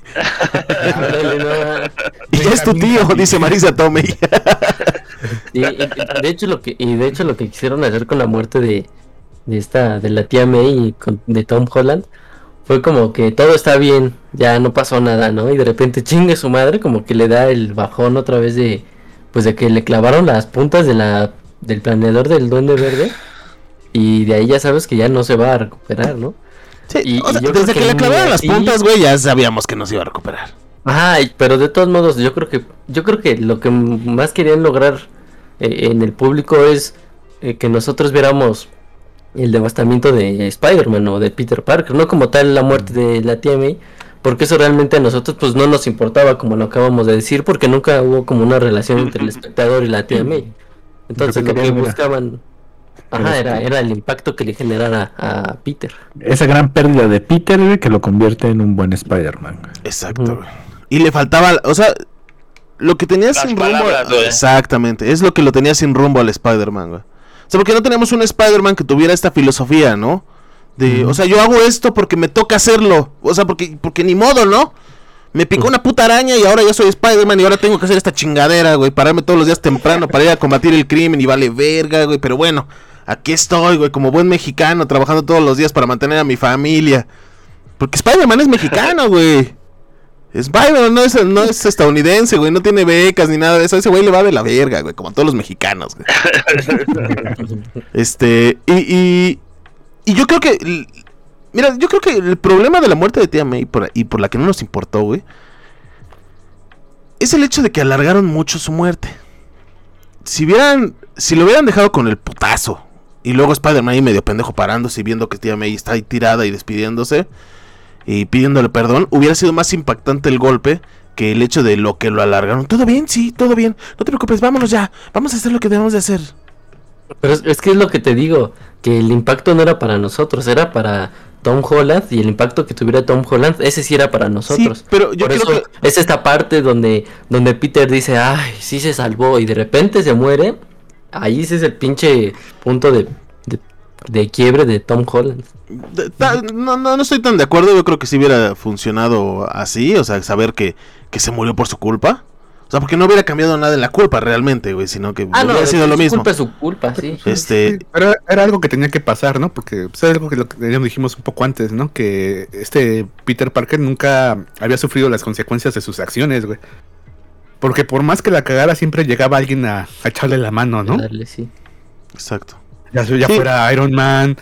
Y ya es tu tío, dice Marisa Tomei. Y de hecho lo que quisieron hacer con la muerte de la tía May y de Tom Holland fue como que todo está bien, ya no pasó nada, ¿no? Y de repente chingue su madre, como que le da el bajón otra vez de que le clavaron las puntas del planeador del Duende Verde y de ahí ya sabes que ya no se va a recuperar, ¿no? Sí, o sea, desde que le clavaron las puntas, güey, ya sabíamos que no se iba a recuperar. Ajá, pero de todos modos, yo creo que lo que más querían lograr en el público es que nosotros viéramos el devastamiento de Spider-Man o de Peter Parker, no como tal la muerte de la tía May, porque eso realmente a nosotros pues no nos importaba, como lo acabamos de decir, porque nunca hubo como una relación entre el espectador y la tía May. Entonces lo que buscaban era el impacto que le generara a Peter. Esa gran pérdida de Peter, güey, que lo convierte en un buen Spider-Man. Exacto, güey. Y le faltaba, o sea, lo que tenía sin rumbo. Exactamente, es lo que lo tenía sin rumbo al Spider-Man, güey. O sea, porque no teníamos un Spider-Man que tuviera esta filosofía, ¿no? De, o sea, yo hago esto porque me toca hacerlo. O sea, porque ni modo, ¿no? Me picó una puta araña y ahora yo soy Spider-Man y ahora tengo que hacer esta chingadera, güey. Pararme todos los días temprano para ir a combatir el crimen y vale verga, güey. Pero bueno, aquí estoy, güey, como buen mexicano, trabajando todos los días para mantener a mi familia. Porque Spider-Man es mexicano, güey. Spider-Man no es estadounidense, güey. No tiene becas ni nada de eso. Ese güey le va de la verga, güey. Como a todos los mexicanos, güey. Y yo creo que... Mira, yo creo que el problema de la muerte de tía May y por la que no nos importó, güey, es el hecho de que alargaron mucho su muerte. Si lo hubieran dejado con el putazo y luego Spider-Man ahí medio pendejo parándose y viendo que tía May está ahí tirada y despidiéndose y pidiéndole perdón, hubiera sido más impactante el golpe que el hecho de lo que lo alargaron. Todo bien, sí, todo bien, no te preocupes, vámonos ya, vamos a hacer lo que debemos de hacer. Pero es que es lo que te digo, que el impacto no era para nosotros, era para Tom Holland, y el impacto que tuviera Tom Holland, ese sí era para nosotros. Sí, pero yo creo que es esta parte donde Peter dice, ay, sí se salvó, y de repente se muere. Ahí ese es el pinche punto de quiebre de Tom Holland. No estoy tan de acuerdo. Yo creo que si hubiera funcionado así, o sea, saber que se murió por su culpa. O sea, porque no hubiera cambiado nada en la culpa realmente, güey, sino que hubiera sido lo mismo. Su culpa, sí. Sí, pero era algo que tenía que pasar, ¿no? Porque es algo que ya lo dijimos un poco antes, ¿no? Que Peter Parker nunca había sufrido las consecuencias de sus acciones, güey. Porque por más que la cagara, siempre llegaba alguien a echarle la mano, ¿no? Darle, sí. Exacto. Ya fuera Iron Man,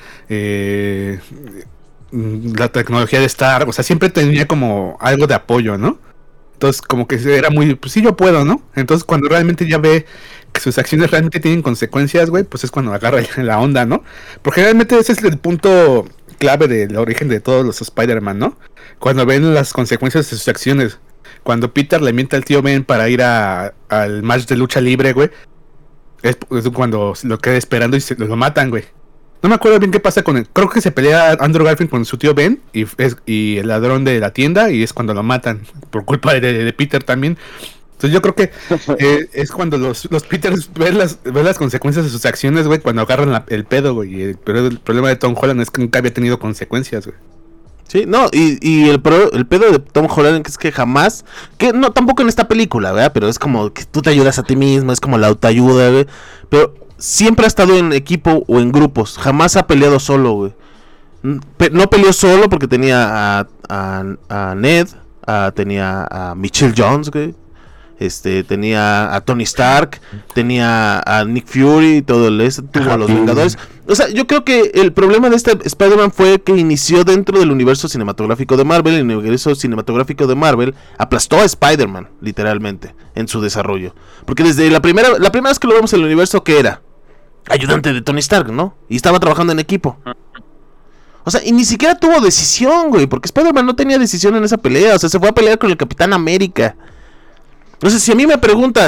la tecnología de Stark, o sea, siempre tenía como algo de apoyo, ¿no? Entonces, como que era muy, pues sí, yo puedo, ¿no? Entonces, cuando realmente ya ve que sus acciones realmente tienen consecuencias, güey, pues es cuando agarra la onda, ¿no? Porque realmente ese es el punto clave del origen de todos los Spider-Man, ¿no? Cuando ven las consecuencias de sus acciones. Cuando Peter le miente al tío Ben para ir al match de lucha libre, güey, es cuando lo queda esperando y lo matan, güey. No me acuerdo bien qué pasa con él. Creo que se pelea Andrew Garfield con su tío Ben y el ladrón de la tienda, y es cuando lo matan por culpa de Peter también. Entonces yo creo que es cuando los Peters ven las consecuencias de sus acciones, güey, cuando agarran el pedo, güey. Pero el problema de Tom Holland es que nunca había tenido consecuencias, güey. Sí, no, y el pedo de Tom Holland es que jamás, que no, tampoco en esta película, ¿verdad? Pero es como que tú te ayudas a ti mismo, es como la autoayuda, güey. Pero siempre ha estado en equipo o en grupos, jamás ha peleado solo, güey. No peleó solo porque tenía a Ned, tenía a Michelle Jones, güey. Tenía a Tony Stark, tenía a Nick Fury y todo eso, tuvo a los Vengadores. O sea, yo creo que el problema de este Spider-Man fue que inició dentro del universo cinematográfico de Marvel. El universo cinematográfico de Marvel aplastó a Spider-Man, literalmente, en su desarrollo. Porque desde la primera vez que lo vemos en el universo, ¿qué era? Ayudante de Tony Stark, ¿no? Y estaba trabajando en equipo. O sea, y ni siquiera tuvo decisión, güey, porque Spider-Man no tenía decisión en esa pelea. O sea, se fue a pelear con el Capitán América. No sé, si a mí me preguntas,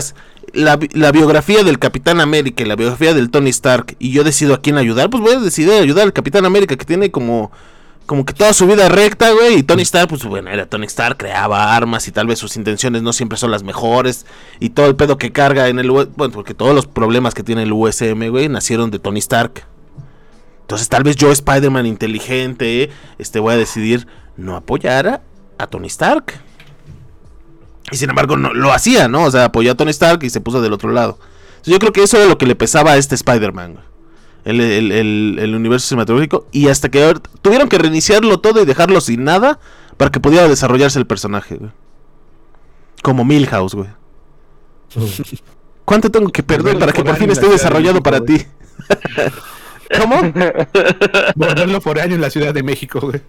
la biografía del Capitán América y la biografía del Tony Stark y yo decido a quién ayudar, pues voy a decidir ayudar al Capitán América, que tiene como que toda su vida recta, güey, y Tony Stark, pues bueno, era Tony Stark, creaba armas y tal vez sus intenciones no siempre son las mejores, y todo el pedo que carga en el, bueno, porque todos los problemas que tiene el USM, güey, nacieron de Tony Stark. Entonces tal vez yo, Spider-Man inteligente, voy a decidir no apoyar a Tony Stark. Y sin embargo no lo hacía, ¿no? O sea, apoyó a Tony Stark y se puso del otro lado. Entonces, yo creo que eso era lo que le pesaba a este Spider-Man, güey. El universo cinematográfico, y hasta que tuvieron que reiniciarlo todo y dejarlo sin nada para que pudiera desarrollarse el personaje, güey. Como Milhouse, güey. ¿Cuánto tengo que perder para que por fin esté desarrollado para ti? ¿Cómo? Volverlo foráneo en la Ciudad de México, güey.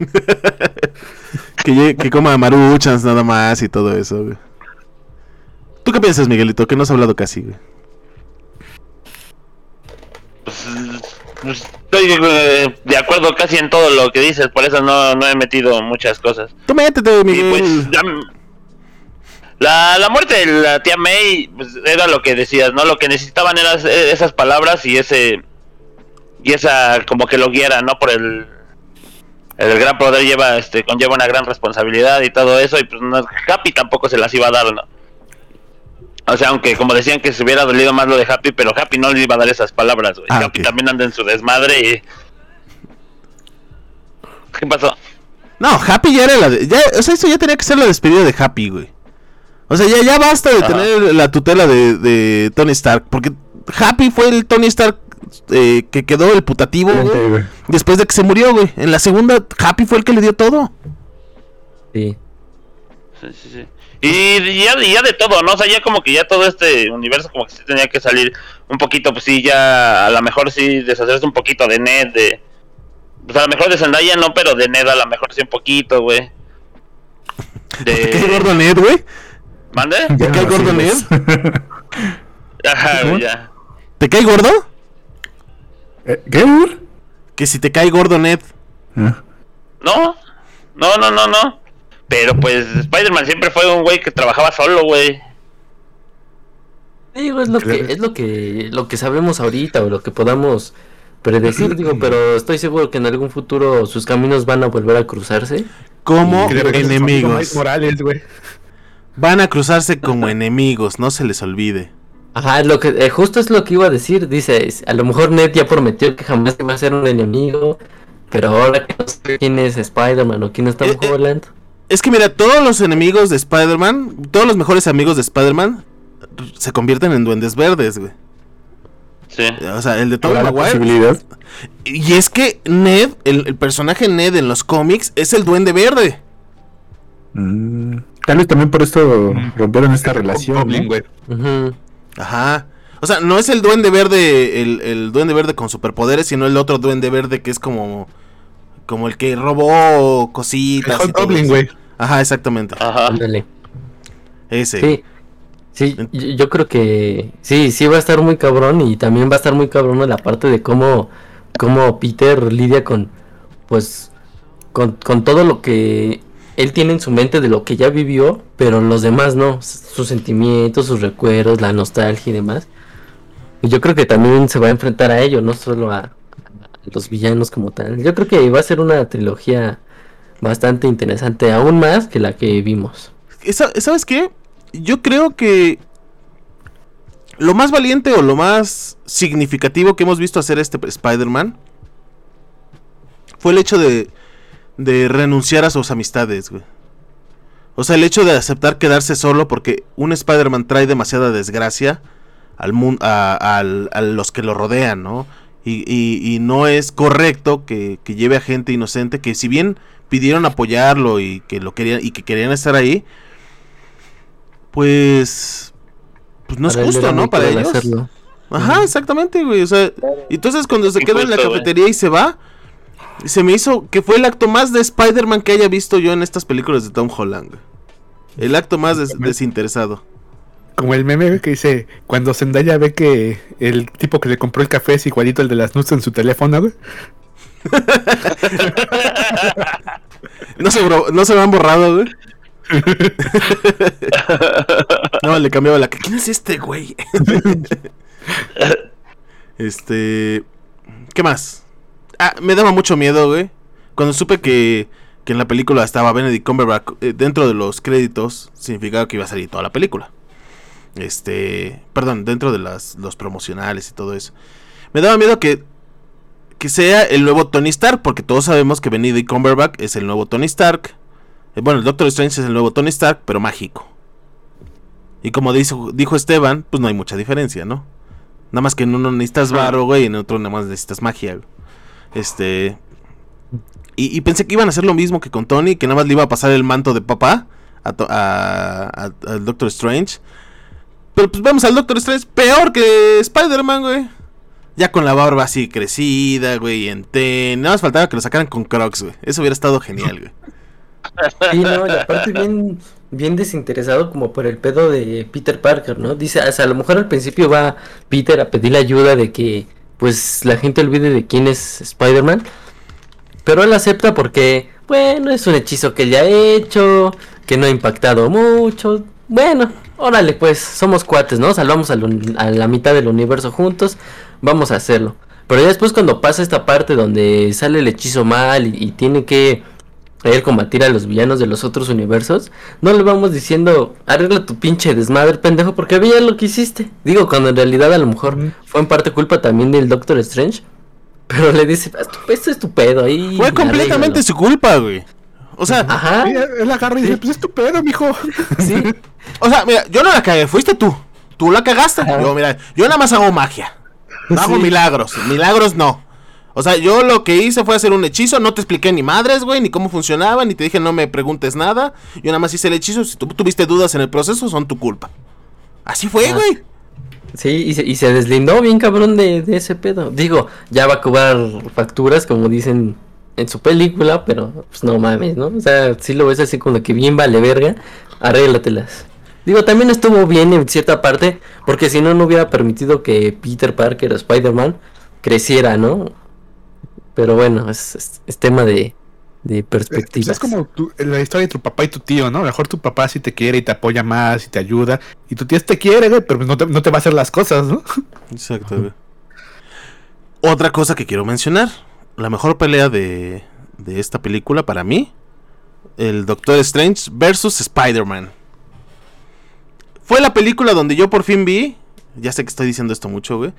Que coma maruchans nada más y todo eso, güey. ¿Tú qué piensas, Miguelito? Que no has hablado casi, güey. Pues, estoy de acuerdo casi en todo lo que dices, por eso no he metido muchas cosas. Tú métete, Miguel. Y pues la muerte de la tía May, pues, era lo que decías, ¿no? Lo que necesitaban eran esas palabras y esa como que lo guiara, ¿no? Por el gran poder conlleva una gran responsabilidad y todo eso, y pues Happy tampoco se las iba a dar, ¿no? O sea, aunque como decían que se hubiera dolido más lo de Happy, pero Happy no le iba a dar esas palabras, güey. Happy okay. También anda en su desmadre y... ¿Qué pasó? No, Happy ya era o sea, eso ya tenía que ser la despedida de Happy, güey. O sea, ya basta de tener la tutela de Tony Stark, porque Happy fue el Tony Stark que quedó el putativo, güey, después de que se murió, güey. En la segunda, Happy fue el que le dio todo. Sí. Sí. Y ya de todo, ¿no? O sea, ya como que ya todo este universo como que sí tenía que salir un poquito, pues sí, ya a lo mejor sí deshacerse un poquito de Ned, pues a lo mejor de Zendaya no, pero de Ned a lo mejor sí un poquito, güey. ¿Te cae gordo Ned, güey? ¿Mande? ¿Te cae gordo Ned? Ajá, ya. ¿Te cae gordo? ¿Qué? Que si te cae gordo Ned. No. Pero pues Spider-Man siempre fue un güey que trabajaba solo, güey. Digo, es lo que sabemos ahorita o lo que podamos predecir, digo, pero estoy seguro que en algún futuro sus caminos van a volver a cruzarse. Como enemigos. Morales, güey. Van a cruzarse como enemigos, no se les olvide. Ajá, justo es lo que iba a decir. Dice, a lo mejor Ned ya prometió que jamás iba a ser un enemigo, pero ahora que no sé quién es Spider-Man o quién es Tom Holland. Es que mira, todos los enemigos de Spider-Man, todos los mejores amigos de Spider-Man se convierten en duendes verdes, güey. Sí. O sea, el de Tobey Maguire. Y es que Ned, el personaje Ned en los cómics es el duende verde. Tal vez también por esto rompieron esta relación, Goblin, güey. Uh-huh. Ajá. O sea, no es el duende verde, el duende verde con superpoderes, sino el otro duende verde que es como el que robó cositas. El Goblin, güey. Ajá, exactamente. Ajá. Ándale. Ese. Sí, yo creo que sí va a estar muy cabrón, y también va a estar muy cabrón la parte de cómo Peter lidia con todo lo que él tiene en su mente de lo que ya vivió, pero los demás no, sus sentimientos, sus recuerdos, la nostalgia y demás. Y yo creo que también se va a enfrentar a ello, no solo a los villanos como tal. Yo creo que va a ser una trilogía bastante interesante, aún más que la que vimos. ¿Sabes qué? Yo creo que lo más valiente o lo más significativo que hemos visto hacer Spider-Man fue el hecho de renunciar a sus amistades, güey. O sea, el hecho de aceptar quedarse solo, porque un Spider-Man trae demasiada desgracia al mundo, a los que lo rodean, ¿no? Y no es correcto que lleve a gente inocente que, si bien pidieron apoyarlo y que lo querían y que querían estar ahí, pues no es justo, ¿no? Para ellos. Hacerlo. Ajá, exactamente, güey. O sea, entonces cuando se queda en la cafetería y se va, se me hizo que fue el acto más de Spider-Man que haya visto yo en estas películas de Tom Holland, güey. El acto más desinteresado. Como el meme que dice, cuando Zendaya ve que el tipo que le compró el café es igualito al de las nudes en su teléfono, güey. No se lo han borrado, güey. No, le cambiaba la... ¿Quién es este güey? ¿Qué más? Me daba mucho miedo, güey. Cuando supe que en la película estaba Benedict Cumberbatch dentro de los créditos, significaba que iba a salir toda la película. Perdón, dentro de los promocionales y todo eso. Me daba miedo que sea el nuevo Tony Stark, porque todos sabemos que Benedict Cumberbatch es el nuevo Tony Stark. Bueno, el Doctor Strange es el nuevo Tony Stark, pero mágico. Y como dijo Esteban, pues no hay mucha diferencia, ¿no? Nada más que en uno necesitas varo, güey, y en otro nada más necesitas magia, güey. Y pensé que iban a hacer lo mismo que con Tony, que nada más le iba a pasar el manto de papá al Doctor Strange. Pero pues vemos al Doctor Strange peor que Spider-Man, güey. Ya con la barba así crecida, güey, nada más faltaba que lo sacaran con Crocs, güey. Eso hubiera estado genial, güey. Sí, no, y aparte bien desinteresado como por el pedo de Peter Parker, ¿no? Dice, o sea, a lo mejor al principio va Peter a pedirle ayuda de que, pues, la gente olvide de quién es Spider-Man. Pero él acepta porque, bueno, es un hechizo que él ya ha hecho, que no ha impactado mucho. Bueno, órale, pues, somos cuates, ¿no? Salvamos a la mitad del universo juntos, vamos a hacerlo. Pero ya después cuando pasa esta parte donde sale el hechizo mal y tiene que él combatir a los villanos de los otros universos, no le vamos diciendo, arregla tu pinche desmadre, pendejo, porque veía lo que hiciste. Digo, cuando en realidad a lo mejor fue en parte culpa también del Doctor Strange. Pero le dice, esto es tu pedo ahí. Fue completamente su culpa, güey. O sea, ajá. Él agarra y dice, pues es tu pedo, mijo. Sí. O sea, mira, yo no la cagué, fuiste tú. Tú la cagaste. Yo nada más hago magia. No hago milagros. Milagros no. O sea, yo lo que hice fue hacer un hechizo. No te expliqué ni madres, güey, ni cómo funcionaba, ni te dije no me preguntes nada. Yo nada más hice el hechizo. Si tú tuviste dudas en el proceso, son tu culpa. Así fue, güey. Sí, y se deslindó bien cabrón de ese pedo. Digo, ya va a cobrar facturas, como dicen en su película, pero pues no mames, ¿no? O sea, sí lo ves así como que bien vale verga, arréglatelas. Digo, también estuvo bien en cierta parte, porque si no, no hubiera permitido que Peter Parker o Spider-Man creciera, ¿no? Pero bueno, es tema de perspectivas. Es como la historia de tu papá y tu tío, ¿no? A lo mejor tu papá sí te quiere y te apoya más y te ayuda. Y tu tío te quiere, güey, pero no te va a hacer las cosas, ¿no? Exacto, güey. Otra cosa que quiero mencionar. La mejor pelea de esta película para mí. El Doctor Strange versus Spider-Man. Fue la película donde yo por fin vi. Ya sé que estoy diciendo esto mucho, güey.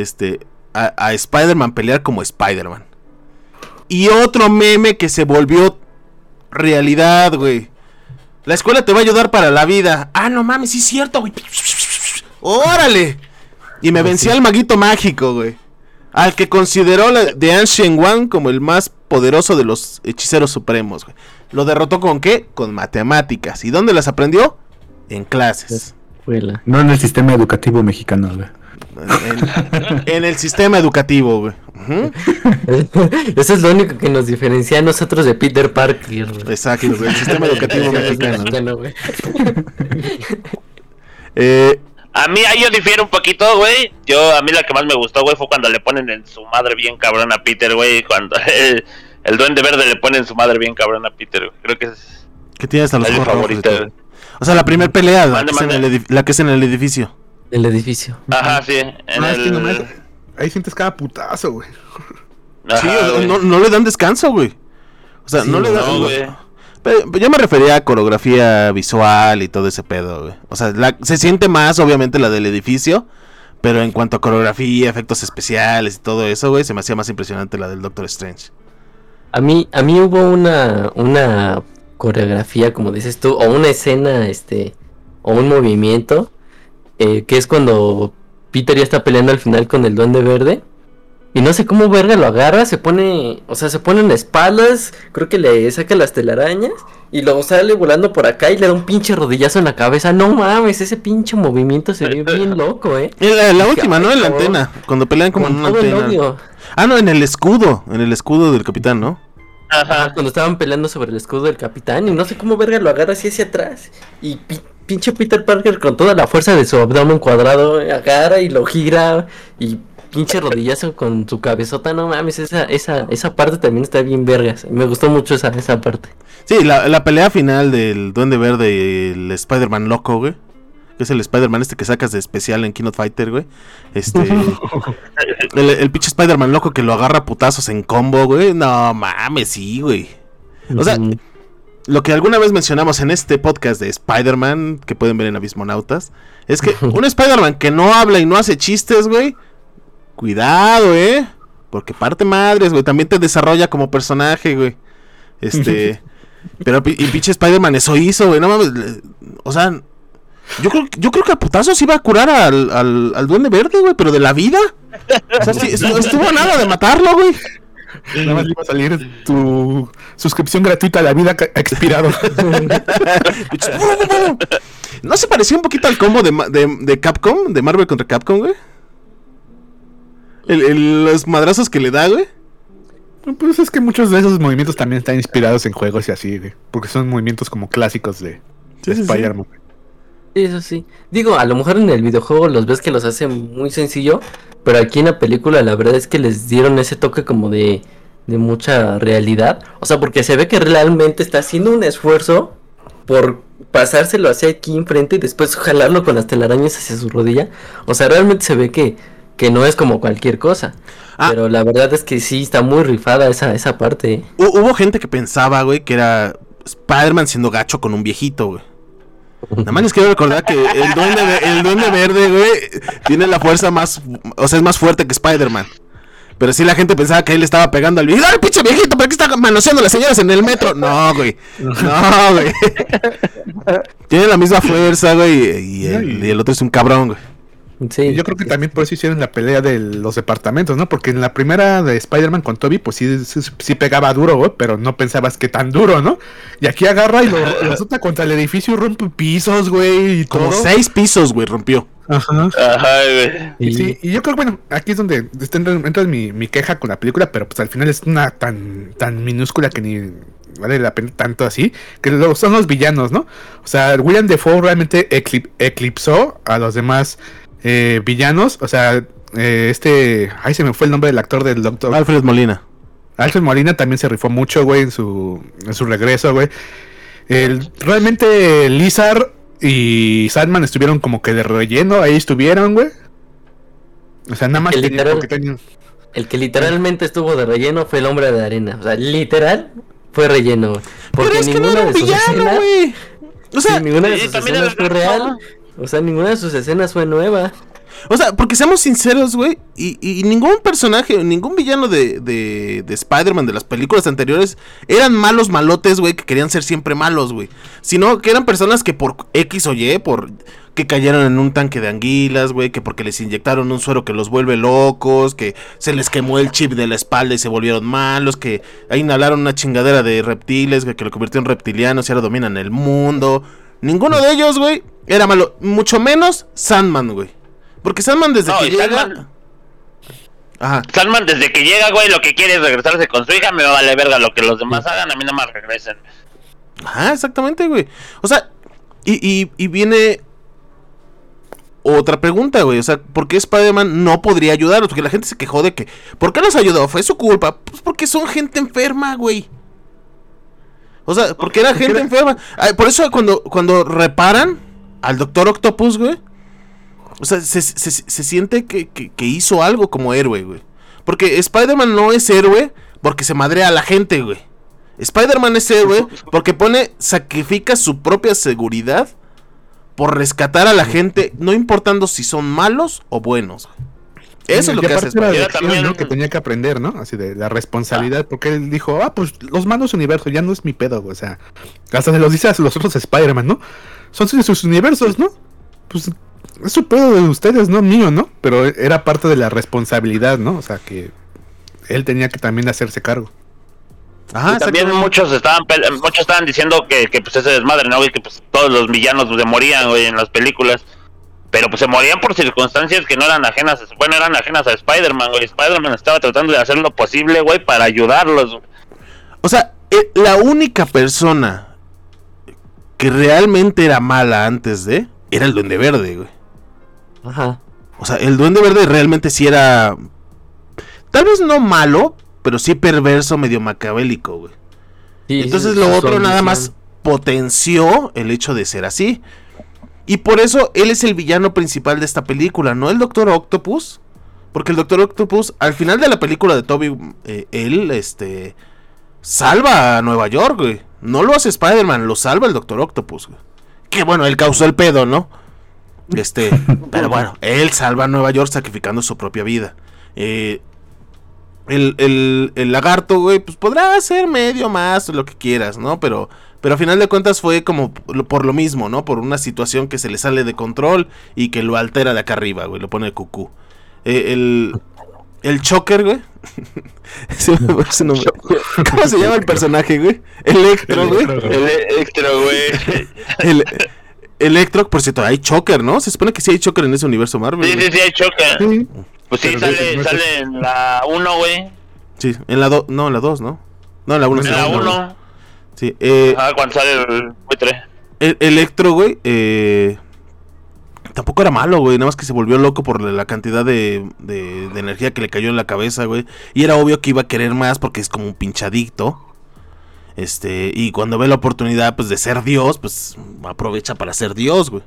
A Spider-Man pelear como Spider-Man. Y otro meme que se volvió realidad, güey. La escuela te va a ayudar para la vida. Ah, no mames, sí es cierto, güey. ¡Órale! Y me vencí al maguito mágico, güey. Al que consideró de Ancient One como el más poderoso de los hechiceros supremos, güey. ¿Lo derrotó con qué? Con matemáticas. ¿Y dónde las aprendió? En clases. No en el sistema educativo mexicano, güey. En el sistema educativo, güey. Uh-huh. Eso es lo único que nos diferencia a nosotros de Peter Parker. Exacto, güey. El sistema educativo mexicano, güey. A mí ahí yo difiero un poquito, güey. A mí la que más me gustó, güey, fue cuando le ponen en su madre bien cabrón a Peter, güey. Cuando el Duende Verde le pone en su madre bien cabrón a Peter, güey. Creo que es... Que tiene hasta los ojos favorito. O sea, la primera pelea, la que es en el edificio. El edificio. Ajá, sí. Ahí sientes cada putazo, güey. Sí, no le dan descanso, güey. O sea, sí, no le dan... güey. Pero yo me refería a coreografía visual y todo ese pedo, güey. O sea, se siente más, obviamente, la del edificio. Pero en cuanto a coreografía, efectos especiales y todo eso, güey, se me hacía más impresionante la del Doctor Strange. A mí hubo una coreografía, como dices tú, o una escena, o un movimiento, que es cuando Peter ya está peleando al final con el Duende Verde. Y no sé cómo verga lo agarra, se pone en espaldas, creo que le saca las telarañas y luego sale volando por acá y le da un pinche rodillazo en la cabeza. No mames, ese pinche movimiento se vio bien loco, La última, ¿no? En la antena, cuando pelean como en una antena. Ah, no, en el escudo del capitán, ¿no? Ajá, cuando estaban peleando sobre el escudo del capitán y no sé cómo verga lo agarra así hacia atrás y pinche Peter Parker con toda la fuerza de su abdomen cuadrado agarra y lo gira y pinche rodillazo con su cabezota, no mames, esa parte también está bien vergas. Me gustó mucho esa parte. Sí, la pelea final del Duende Verde y el Spider-Man loco, güey. Que es el Spider-Man que sacas de especial en King of Fighter, güey. El pinche Spider-Man loco que lo agarra a putazos en combo, güey. No mames, sí, güey. O sea, lo que alguna vez mencionamos en este podcast de Spider-Man, que pueden ver en Abismonautas, es que un Spider-Man que no habla y no hace chistes, güey, cuidado, porque parte madres, güey, también te desarrolla como personaje, güey. Pero y pinche Spider-Man eso hizo, güey, no mames, o sea, yo creo que a putazos iba a curar al Duende Verde, güey, pero de la vida. O sea, sí, estuvo a nada de matarlo, güey. Nada más iba a salir tu suscripción gratuita a la vida expirado. ¿No se pareció un poquito al combo de Capcom, de Marvel contra Capcom, güey? Los madrazos que le da, güey. Pues es que muchos de esos movimientos también están inspirados en juegos y así, güey. Porque son movimientos como clásicos de Spider-Man. Sí, eso sí. Digo, a lo mejor en el videojuego los ves que los hacen muy sencillo, pero aquí en la película la verdad es que les dieron ese toque como de mucha realidad. O sea, porque se ve que realmente está haciendo un esfuerzo por pasárselo hacia aquí enfrente y después jalarlo con las telarañas hacia su rodilla. O sea, realmente se ve que no es como cualquier cosa. Pero la verdad es que sí está muy rifada esa parte. Hubo gente que pensaba, güey, que era Spider-Man siendo gacho con un viejito, güey. Nada más les quiero recordar que el Duende Verde, güey, tiene la fuerza más... O sea, es más fuerte que Spider-Man. Pero sí la gente pensaba que él estaba pegando al viejito. ¡Ay, pinche viejito! ¿Por qué está manoseando a las señoras en el metro? No, güey. No, güey. Tiene la misma fuerza, güey. Y el otro es un cabrón, güey. Sí, y yo creo que también por eso hicieron la pelea de los departamentos, ¿no? Porque en la primera de Spider-Man con Tobey, pues sí pegaba duro, güey, pero no pensabas que tan duro, ¿no? Y aquí agarra y lo azota contra el edificio y rompe pisos, güey, y como todo. 6 pisos, güey, rompió. Ajá, güey. Sí, y yo creo que, bueno, aquí es donde entra mi queja con la película, pero pues al final es una tan minúscula que ni vale la pena tanto así, que son los villanos, ¿no? O sea, William Dafoe realmente eclipsó a los demás villanos, o sea, ay, se me fue el nombre del actor del Doctor. Alfred Molina. Alfred Molina también se rifó mucho, güey, en su regreso, güey. Realmente Lizard y Sandman estuvieron como que de relleno, ahí estuvieron, güey. O sea, nada más el que literalmente estuvo de relleno fue el Hombre de Arena. O sea, literal fue relleno, güey. Porque pero es que ninguna no era un de sus villano, escenas, güey. O sea, ninguna de sus escenas fue real. O sea, ninguna de sus escenas fue nueva. O sea, porque seamos sinceros, güey, y ningún personaje, ningún villano de Spider-Man de las películas anteriores eran malos malotes, güey, que querían ser siempre malos, güey. Sino que eran personas que por X o Y, por que cayeron en un tanque de anguilas, güey, que porque les inyectaron un suero que los vuelve locos, que se les quemó el chip de la espalda y se volvieron malos, que ahí inhalaron una chingadera de reptiles, güey, que lo convirtió en reptilianos y ahora dominan el mundo. Ninguno de ellos, güey, era malo, mucho menos Sandman, güey. Porque Sandman desde que llega... Ajá. Sandman desde que llega, güey, lo que quiere es regresarse con su hija, me vale verga lo que los demás hagan, a mí no me regresen. Ajá, exactamente, güey. O sea, y viene otra pregunta, güey. O sea, ¿por qué Spider-Man no podría ayudarlos? Porque la gente se quejó de que... ¿Por qué los ayudó? ¿Fue su culpa? Pues porque son gente enferma, güey. O sea, porque era gente enferma. Ay, por eso cuando reparan al Doctor Octopus, güey, o sea, se siente que hizo algo como héroe, güey. Porque Spider-Man no es héroe porque se madrea a la gente, güey. Spider-Man es héroe porque sacrifica su propia seguridad por rescatar a la gente, no importando si son malos o buenos, güey. Eso es lo que hace Spider-Man. También, ¿no? Que tenía que aprender, ¿no? Así de la responsabilidad, porque él dijo, pues los mandos universos ya no es mi pedo, güey. O sea, hasta se los dice a los otros Spider-Man, ¿no? Son sus universos, ¿no? Pues es su pedo de ustedes, no mío, ¿no? Pero era parte de la responsabilidad, ¿no? O sea, que él tenía que también hacerse cargo. Ajá, también muchos estaban diciendo que pues ese desmadre, ¿no? Y que pues todos los villanos se morían, güey, en las películas. Pero pues se morían por circunstancias que no eran ajenas, eran ajenas a Spider-Man, güey. Spider-Man estaba tratando de hacer lo posible, güey, para ayudarlos. O sea, la única persona que realmente era mala antes era el Duende Verde, güey. Ajá. O sea, el Duende Verde realmente sí era, tal vez no malo, pero sí perverso, medio macabélico, güey. Sí, Entonces sí, lo su otro nada ambición. más potenció el hecho de ser así. Y por eso él es el villano principal de esta película, no el Doctor Octopus. Porque el Doctor Octopus, al final de la película de Toby, él, salva a Nueva York, güey. No lo hace Spider-Man, lo salva el Doctor Octopus, güey. Que bueno, él causó el pedo, ¿no? Pero bueno, él salva a Nueva York sacrificando su propia vida. El lagarto, güey, pues podrá ser medio más, lo que quieras, ¿no? Pero a final de cuentas fue como por lo mismo, ¿no? Por una situación que se le sale de control y que lo altera de acá arriba, güey, lo pone de cucú. El Choker, güey. ¿Cómo se llama el personaje, güey? Electro, güey. Electro, güey. Electro, por cierto, hay Choker, ¿no? Se supone que sí hay Choker en ese universo Marvel. Sí, hay Choker. Sí. Pues sí, sale en la 1, güey. Sí, en la 2, no, en la 2, ¿no? No, en la 1. En la 1. Sí, cuando sale el buitre. Electro, güey, tampoco era malo, güey, nada más que se volvió loco por la cantidad de energía que le cayó en la cabeza, güey. Y era obvio que iba a querer más porque es como un pinchadicto. Y cuando ve la oportunidad, pues, de ser Dios, pues, aprovecha para ser Dios, güey.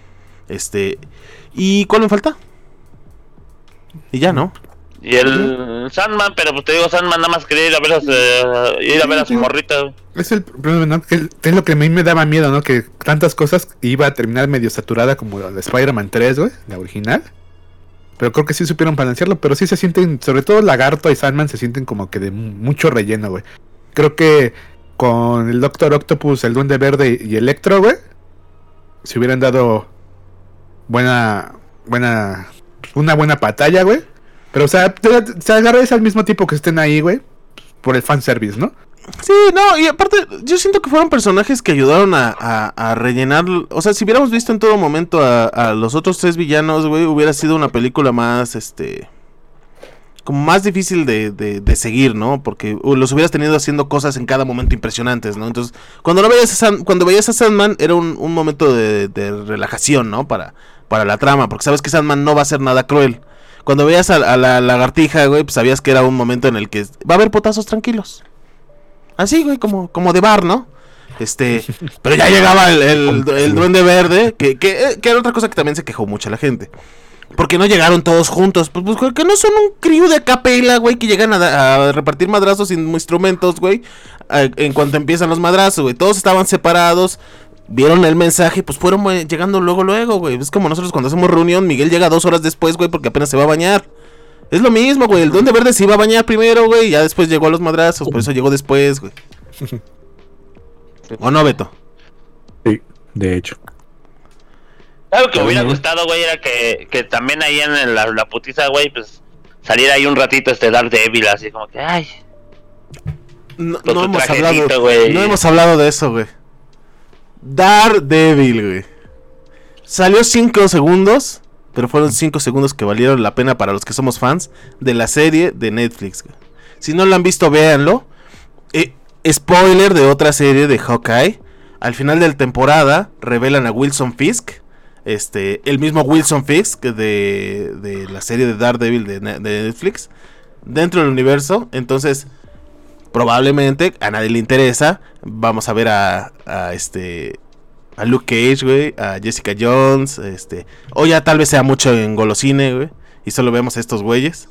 ¿Y cuál me falta? Y ya, ¿no? Y el Sandman, pero pues te digo, Sandman nada más quería ir a ver a su morrita, güey. Es el problema, ¿no? Que es lo que a mí me daba miedo, ¿no? Que tantas cosas iba a terminar medio saturada como la de Spider-Man 3, güey, la original. Pero creo que sí supieron balancearlo, pero sí se sienten, sobre todo Lagarto y Sandman, se sienten como que de mucho relleno, güey. Creo que con el Doctor Octopus, el Duende Verde y Electro, güey, se hubieran dado una buena batalla, güey. Pero, o sea, se agarres al mismo tipo que estén ahí, güey, por el fanservice, ¿no? Sí, no, y aparte, yo siento que fueron personajes que ayudaron a rellenar. O sea, si hubiéramos visto en todo momento a los otros tres villanos, güey, hubiera sido una película más, como más difícil de seguir, ¿no? Porque los hubieras tenido haciendo cosas en cada momento impresionantes, ¿no? Entonces, cuando veías a Sandman, era un momento de relajación, ¿no? Para la trama, porque sabes que Sandman no va a hacer nada cruel. Cuando veías a la lagartija, güey, pues sabías que era un momento en el que va a haber potazos tranquilos. Así, güey, como de bar, ¿no? Pero ya llegaba el Duende Verde, que era otra cosa que también se quejó mucho la gente. Porque no llegaron todos juntos. Pues que no son un crew de capela, güey, que llegan a repartir madrazos sin instrumentos, güey. En cuanto empiezan los madrazos, güey. Todos estaban separados. Vieron el mensaje, pues fueron llegando luego, güey. Es como nosotros cuando hacemos reunión, Miguel llega 2 horas después, güey, porque apenas se va a bañar. Es lo mismo, güey. El Duende Verde se iba a bañar primero, güey, y ya después llegó a los madrazos, por eso llegó después, güey. ¿O no, Beto? Sí, de hecho. Algo que me hubiera gustado, güey, era que también ahí en la putiza, güey, pues saliera ahí un ratito Daredevil, así como que, ay. No hemos hablado de eso, güey. Daredevil, güey. Salió 5 segundos, pero fueron 5 segundos que valieron la pena para los que somos fans de la serie de Netflix, güey. Si no lo han visto, véanlo. Spoiler de otra serie de Hawkeye. Al final de la temporada revelan a Wilson Fisk. El mismo Wilson Fisk de la serie de Daredevil de Netflix. Dentro del universo. Entonces, probablemente a nadie le interesa. Vamos a ver a Luke Cage, güey, a Jessica Jones, o ya tal vez sea mucho en golosine, güey, y solo vemos a estos güeyes.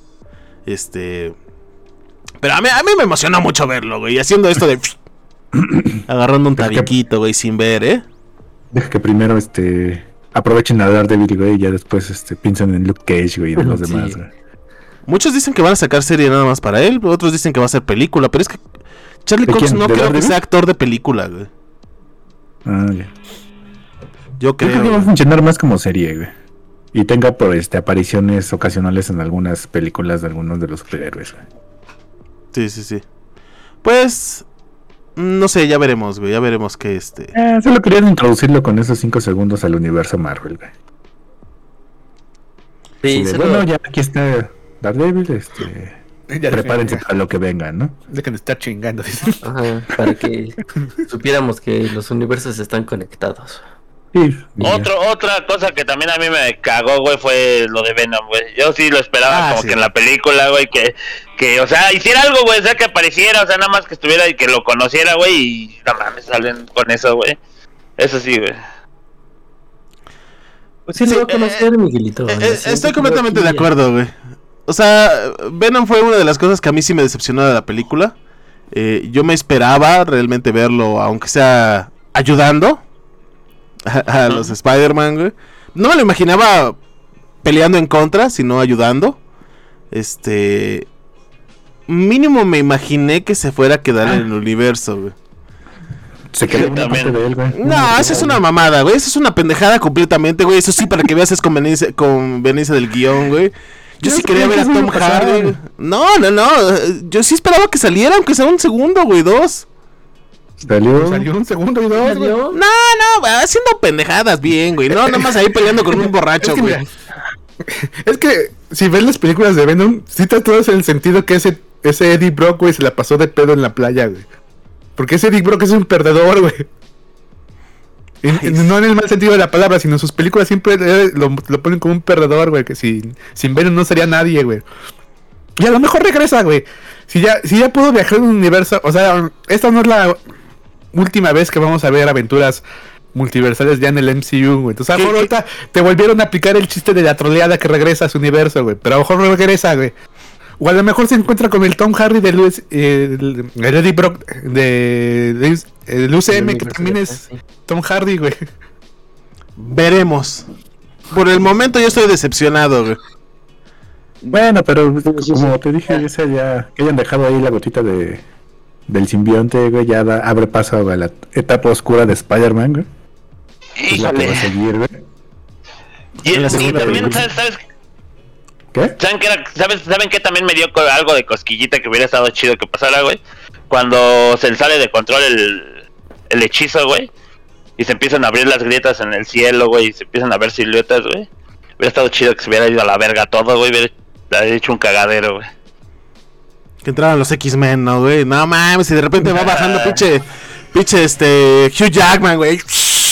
Pero a mí me emociona mucho verlo, güey, haciendo esto de agarrando un tabiquito, güey, sin ver, Deja que primero aprovechen a Daredevil, güey, y ya después piensan en Luke Cage, güey, y de los demás, güey. Muchos dicen que van a sacar serie nada más para él, otros dicen que va a ser película, pero es que Charlie Cox no creo que sea actor de película, güey. Ah, ya. Yo creo que va a funcionar más como serie, güey. Y tenga apariciones ocasionales en algunas películas de algunos de los superhéroes, güey. Sí. Pues no sé, ya veremos, güey, ya veremos que solo querían introducirlo con esos 5 segundos al universo Marvel, güey. Sí, bueno, ya aquí está Daredevil, prepárense para lo que venga, ¿no? Dejen de estar chingando. Ajá, para que supiéramos que los universos están conectados. Sí, ya. Otra cosa que también a mí me cagó, güey, fue lo de Venom, güey. Yo sí lo esperaba como sí. que en la película, güey, que, o sea, hiciera algo, güey, o sea, que apareciera, o sea, nada más que estuviera y que lo conociera, güey, y no mames, salen con eso, güey. Eso sí, güey. Pues sí, Sí, lo va a conocer, Miguelito. Estoy completamente de acuerdo, güey. O sea, Venom fue una de las cosas que a mí sí me decepcionó de la película. Yo me esperaba realmente verlo, aunque sea ayudando a los Spider-Man, güey. No me lo imaginaba peleando en contra, sino ayudando. Mínimo me imaginé que se fuera a quedar en el universo, güey. Se quedó una también. parte de él, güey. No, esa es una mamada, güey. Esa es una pendejada completamente, güey. Eso sí, para que veas es conveniencia del guión, güey. Yo sí quería ver a Tom Hardy, güey. No. Yo sí esperaba que saliera, aunque sea un segundo, güey, 2. Salió. Un segundo y dos, güey. No, güey, haciendo pendejadas bien, güey. No, nada más ahí peleando con un borracho, Es que, güey. mira, es que si ves las películas de Venom, sí te todo el sentido que ese Eddie Brock, güey, se la pasó de pedo en la playa, güey. Porque ese Eddie Brock es un perdedor, güey. No en el mal sentido de la palabra, sino en sus películas siempre lo ponen como un perdedor, güey. Que sin Venom no sería nadie, güey. Y a lo mejor regresa, güey. Si ya pudo viajar en un universo, o sea, esta no es la última vez que vamos a ver aventuras multiversales ya en el MCU, güey. Entonces a lo mejor ahorita te volvieron a aplicar el chiste de la troleada que regresa a su universo, güey. Pero a lo mejor regresa, güey. O a lo mejor se encuentra con el Tom Hardy de el Eddie Brock del UCM, que también es Tom Hardy, güey. Veremos. Por el momento yo estoy decepcionado, güey. Bueno, pero como te dije, esa ya que hayan dejado ahí la gotita del simbionte, güey, ya abre paso a la etapa oscura de Spider-Man, güey. Es la que va a seguir, güey. Y En la segunda también, película. ¿sabes? ¿Qué? ¿Saben qué también me dio algo de cosquillita que hubiera estado chido que pasara, güey? Cuando se sale de control el hechizo, güey. Y se empiezan a abrir las grietas en el cielo, güey. Y se empiezan a ver siluetas, güey. Hubiera estado chido que se hubiera ido a la verga todo, güey. Hubiera hecho un cagadero, güey. Que entraran los X-Men, ¿no, güey? No mames, y de repente va bajando pinche Hugh Jackman, güey.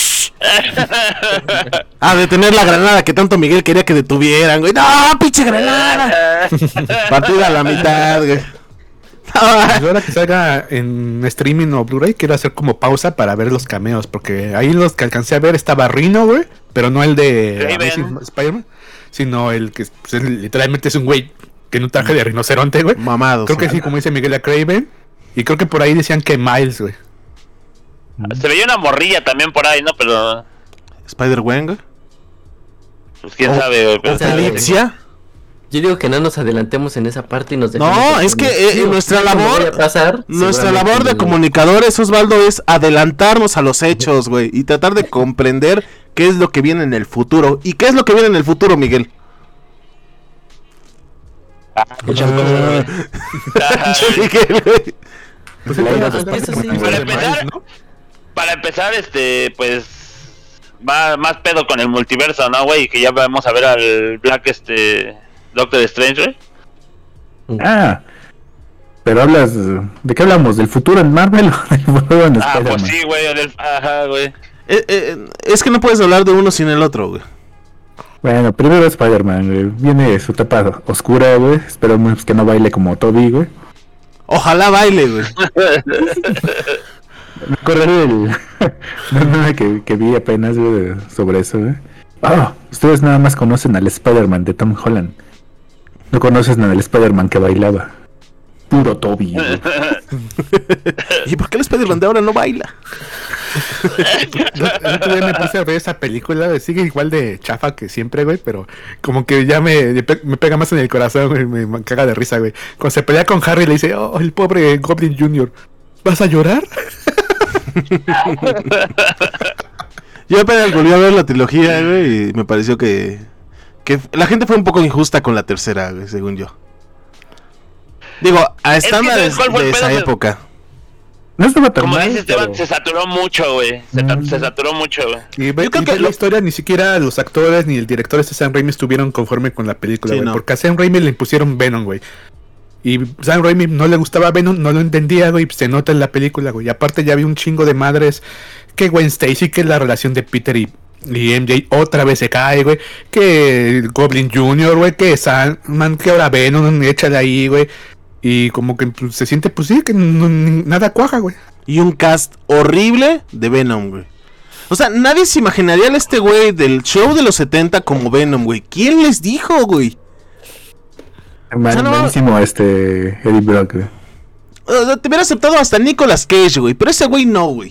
A detener la granada que tanto Miguel quería que detuvieran, güey. No, pinche granada. Partida a la mitad, güey. Pues ahora que salga en streaming o Blu-ray, quiero hacer como pausa para ver los cameos. Porque ahí los que alcancé a ver estaba Rhino, güey. Pero no el de Amazing Spider-Man, sino el que literalmente es un güey que en un traje de rinoceronte, güey. Mamado. Creo que sí, como dice Miguel, a Craven. Y creo que por ahí decían que Miles, güey. Se veía una morrilla también por ahí, ¿no? Pero Spider-Gwen, güey. pues quién sabe, güey. Pero Alexia. Yo digo que no nos adelantemos en esa parte y nos dejemos. No, es que nuestra labor, nuestra labor de seguramente comunicadores, Osvaldo, es adelantarnos a los hechos, güey, y tratar de comprender qué es lo que viene en el futuro. ¿Y qué es lo que viene en el futuro, Miguel? muchas cosas, güey. Miguel, güey. Pues Eso sí. Para empezar, pues va más pedo con el multiverso, ¿no, güey? Que ya vamos a ver al Black, Doctor Strange, güey. Ah, pero hablas, ¿de qué hablamos? ¿Del futuro en Marvel o del futuro en Ah, Spider-Man? pues sí, güey, ajá, güey. Es que no puedes hablar de uno sin el otro, güey. Bueno, primero Spider-Man, güey. Viene su etapa oscura, güey. Esperemos que no baile como Toby, güey. Ojalá baile, güey. Me acordaré del meme que vi apenas, güey, sobre eso, güey. Ah, ustedes nada más conocen al Spider-Man de Tom Holland. No conocen al Spider-Man que bailaba. Puro Toby, güey. ¿Y por qué el Spider-Man de ahora no baila? El otro día me puse a ver esa película, güey, sigue igual de chafa que siempre, güey, pero como que ya me pega más en el corazón, güey, me caga de risa, güey. Cuando se pelea con Harry le dice, oh, el pobre Goblin Jr., ¿vas a llorar? Yo apenas volví a ver la trilogía, güey, y me pareció que la gente fue un poco injusta con la tercera, güey, según yo. Digo, a estándares ¿cuál fue el de esa pedo? época. No estaba tan Como mal, dice Esteban, pero- se saturó mucho, güey. Se saturó mucho, güey. Y Yo creo que la historia ni siquiera los actores ni el director Sam Raimi estuvieron conforme con la película, Sí, güey. no. Porque a Sam Raimi le impusieron Venom, güey. Y Sam Raimi no le gustaba Venom, no lo entendía, güey. Se nota en la película, güey. Y aparte ya había un chingo de madres. Que Gwen Stacy, que la relación de Peter y Y MJ otra vez se cae, güey. Que Goblin Jr., güey. Que Sandman, que ahora Venom, échale ahí, güey. Y como que pues, se siente, pues sí, que nada cuaja, güey. Y un cast horrible de Venom, güey. O sea, nadie se imaginaría a este güey del show de los 70 como Venom, güey. ¿Quién les dijo, güey? Buenísimo Eddie Brock, güey. Te hubiera aceptado hasta Nicolas Cage, güey. Pero ese güey no, güey.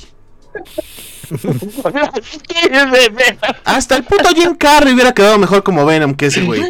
Hasta el puto Jim Carrey hubiera quedado mejor como Venom que ese güey.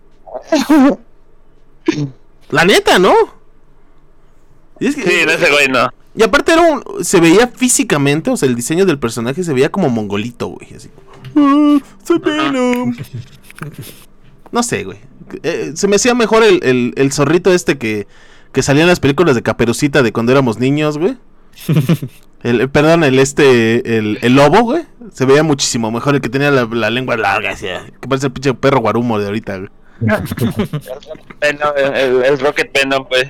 La neta, ¿no? Y es que, sí, ese güey no. Y aparte se veía físicamente, o sea, el diseño del personaje se veía como mongolito, güey, así. Soy Venom. No sé, güey. Se me hacía mejor el zorrito que salía en las películas de Caperucita de cuando éramos niños, güey. El lobo, güey. Se veía muchísimo mejor el que tenía la lengua larga, así, que parece el pinche perro guarumo de ahorita, güey. el Rocket Venom, güey.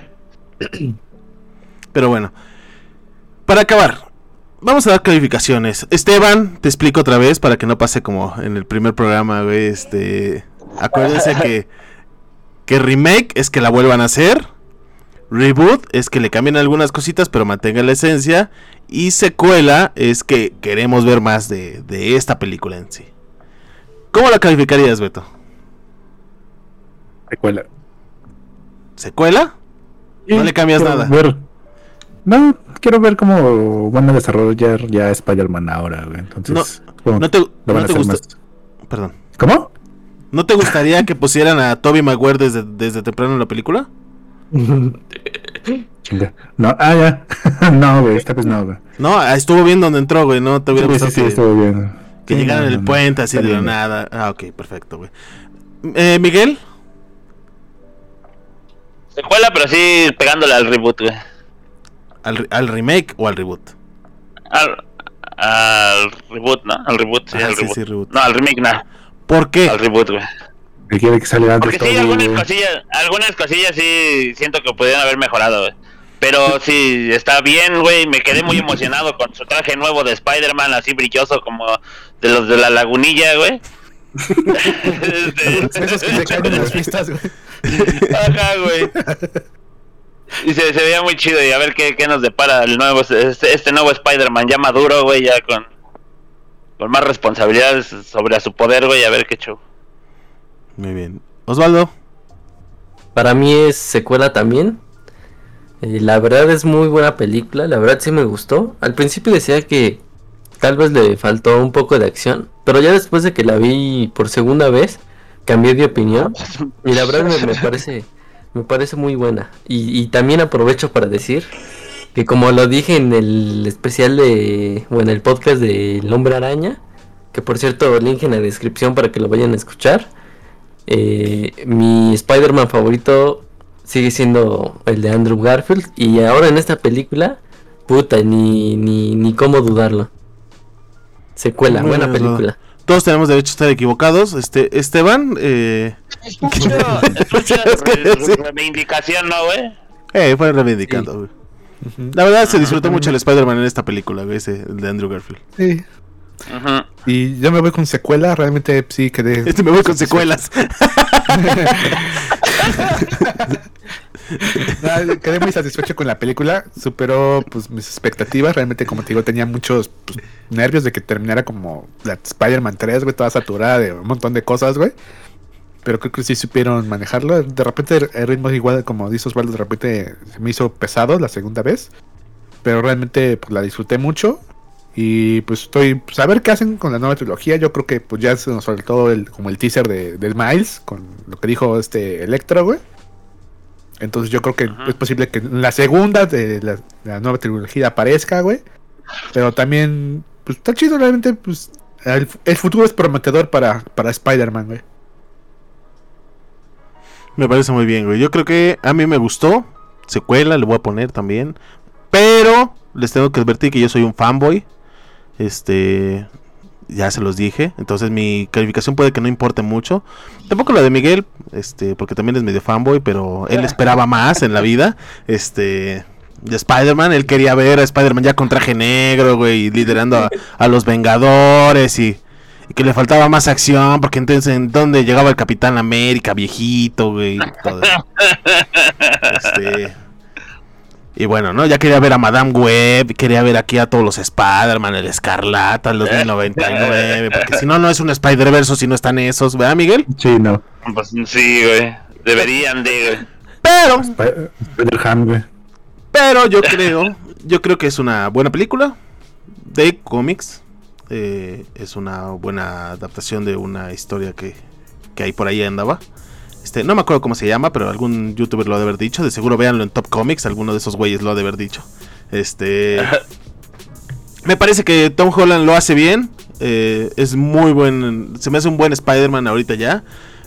Pero bueno, para acabar, vamos a dar calificaciones. Esteban, te explico otra vez para que no pase como en el primer programa, güey. Acuérdense que remake es que la vuelvan a hacer. Reboot es que le cambien algunas cositas pero mantengan la esencia. Y secuela es que queremos ver más de esta película en sí. ¿Cómo la calificarías, Beto? Secuela. ¿Secuela? Sí, no le cambias nada. No, quiero ver cómo van a desarrollar ya Spider-Man ahora, güey. Entonces, no te gusta. Perdón. ¿Cómo? ¿No te gustaría que pusieran a Tobey Maguire desde temprano en la película? Chinga. No, ya. No, güey, esta vez no, güey. No, estuvo bien donde entró, güey. No te hubiera gustado sí, estuvo bien. Que llegaran en el puente así de la nada. Ah, ok, perfecto, güey. Miguel. Secuela, pero sí pegándole al reboot, güey. ¿Al remake o al reboot? Al reboot, ¿no? Al reboot, sí, al reboot. Sí, reboot. No, al remake, no. ¿Por qué? Al reboot, güey. Que quiere que salga antes. Porque sí, algunas cosillas sí siento que pudieran haber mejorado, güey. Pero sí, está bien, güey. Me quedé muy emocionado con su traje nuevo de Spider-Man, así brilloso como de los de la Lagunilla, güey. Esos que se caen en las pistas, güey. Ajá, güey. Y se veía muy chido. Y a ver qué nos depara el nuevo este nuevo Spider-Man ya maduro, güey, ya con más responsabilidades sobre su poder, güey, a ver qué show. Muy bien. Osvaldo. Para mí es secuela también. La verdad es muy buena película, la verdad sí me gustó. Al principio decía que tal vez le faltó un poco de acción, pero ya después de que la vi por segunda vez, cambié de opinión. Y la verdad me parece muy buena. Y también aprovecho para decir que como lo dije en el especial en el podcast de El Hombre Araña, que por cierto link en la descripción para que lo vayan a escuchar, mi Spider-Man favorito sigue siendo el de Andrew Garfield. Y ahora en esta película, puta, ni cómo dudarlo. Secuela, muy buena bien, película. Todos tenemos derecho a estar equivocados. Esteban, reivindicación, ¿no, güey? fue reivindicando, güey. La verdad se disfrutó mucho el Spider-Man en esta película, güey, el de Andrew Garfield. Sí. Ajá. Y yo me voy con secuela, realmente sí quedé. Me voy con secuelas. Quedé muy satisfecho con la película, superó pues mis expectativas, realmente como te digo tenía muchos nervios de que terminara como la Spider-Man 3, güey, toda saturada de un montón de cosas, güey. Pero creo que sí supieron manejarlo. De repente el ritmo igual, como dice Osvaldo, de repente se me hizo pesado la segunda vez. Pero realmente pues la disfruté mucho. Y pues pues a ver qué hacen con la nueva trilogía. Yo creo que pues ya se nos soltó como el teaser de Miles, con lo que dijo Electro, güey. Entonces yo creo que es posible que la segunda de la nueva trilogía aparezca, güey. Pero también, pues está chido realmente, pues el futuro es prometedor para Spider-Man, güey. Me parece muy bien, güey. Yo creo que a mí me gustó. Secuela, le voy a poner también. Pero les tengo que advertir que yo soy un fanboy. Ya se los dije. Entonces mi calificación puede que no importe mucho. Tampoco la de Miguel, porque también es medio fanboy, pero él esperaba más en la vida. De Spider-Man, él quería ver a Spider-Man ya con traje negro, güey, y liderando a los Vengadores y y que le faltaba más acción, porque entonces en donde llegaba el Capitán América viejito, güey, todo eso. Y bueno, ¿no? Ya quería ver a Madame Web, quería ver aquí a todos los Spider-Man, el Escarlata, el 2099, porque si no, no es un Spider-Verse si no están esos, ¿verdad, Miguel? Sí, no. Pues sí, güey. Deberían de, güey. Spider-Ham, güey. Pero yo creo que es una buena película de cómics. Es una buena adaptación de una historia que ahí por ahí andaba. No me acuerdo cómo se llama, pero algún youtuber lo ha de haber dicho. De seguro véanlo en Top Comics, alguno de esos güeyes lo ha de haber dicho. Me parece que Tom Holland lo hace bien. Es muy buen. Se me hace un buen Spider-Man ahorita ya.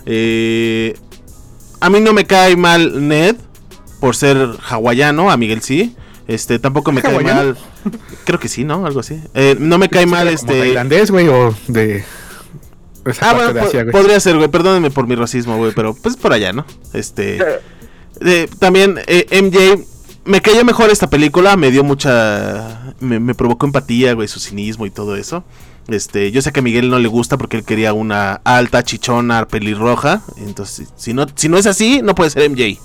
A mí no me cae mal Ned por ser hawaiano, a Miguel sí. Tampoco me cae mal. Creo que sí, ¿no? Algo así. No me cae mal ¿Tailandés, güey, o de esa parte de Asia, güey? Podría ser, güey. Perdónenme por mi racismo, güey, pero pues por allá, ¿no? También MJ me cayó mejor esta película, me dio me provocó empatía, güey, su cinismo y todo eso. Yo sé que a Miguel no le gusta porque él quería una alta, chichona, pelirroja. Entonces, si no es así, no puede ser MJ.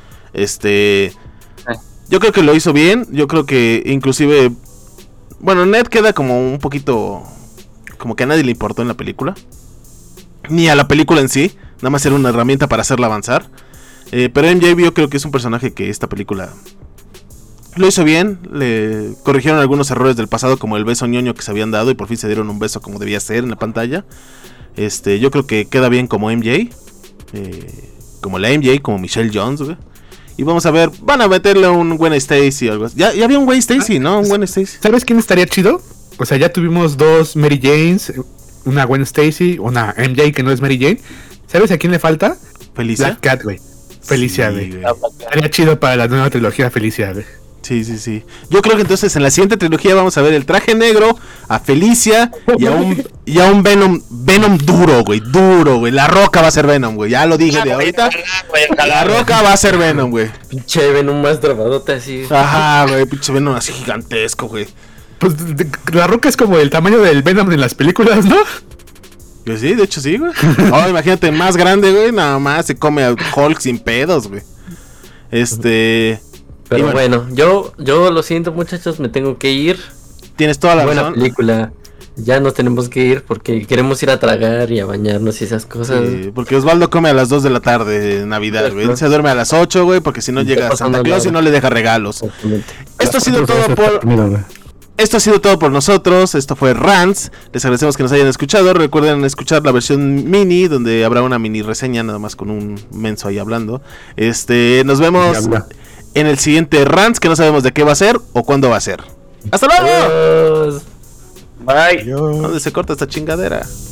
Yo creo que lo hizo bien. Yo creo que inclusive, bueno, Ned queda como un poquito, como que a nadie le importó en la película, ni a la película en sí. Nada más era una herramienta para hacerla avanzar. Pero MJ yo creo que es un personaje que esta película lo hizo bien. Le corrigieron algunos errores del pasado, como el beso ñoño que se habían dado, y por fin se dieron un beso como debía ser en la pantalla. Yo creo que queda bien como MJ, como la MJ, como Michelle Jones, güey. Y vamos a ver, van a meterle un Gwen Stacy o algo así. Ya había un Gwen Stacy, ¿no? Un Gwen Stacy. ¿Sabes quién estaría chido? O sea, ya tuvimos dos Mary Janes, una Gwen Stacy, una MJ que no es Mary Jane. ¿Sabes a quién le falta? Felicia. Black Cat, güey. Felicia, güey. Sí, Estaría chido para la nueva trilogía Felicia, güey. Sí. Yo creo que entonces en la siguiente trilogía vamos a ver el traje negro, a Felicia y a un Venom duro, güey. La Roca va a ser Venom, güey. Ya lo dije de ahorita. La Roca va a ser Venom, güey. Pinche Venom más drabadote así. Ajá, güey, pinche Venom así gigantesco, güey. Pues la Roca es como el tamaño del Venom en las películas, ¿no? Pues sí, de hecho sí, güey. Oh, imagínate, más grande, güey. Nada más se come a Hulk sin pedos, güey. Pero bueno, yo lo siento, muchachos, me tengo que ir. Tienes toda la buena razón. Película. Ya nos tenemos que ir porque queremos ir a tragar y a bañarnos y esas cosas. Sí, porque Osvaldo come a las 2 de la tarde en Navidad, güey. Él se duerme a las 8, güey, porque si no llega Santa Claus y no le deja regalos. Esto ha sido todo por... Esto ha sido todo por nosotros. Esto fue Rants. Les agradecemos que nos hayan escuchado. Recuerden escuchar la versión mini, donde habrá una mini reseña, nada más con un menso ahí hablando. Nos vemos en el siguiente Rants, que no sabemos de qué va a ser o cuándo va a ser. ¡Hasta luego! Adiós. Bye. ¿Dónde se corta esta chingadera?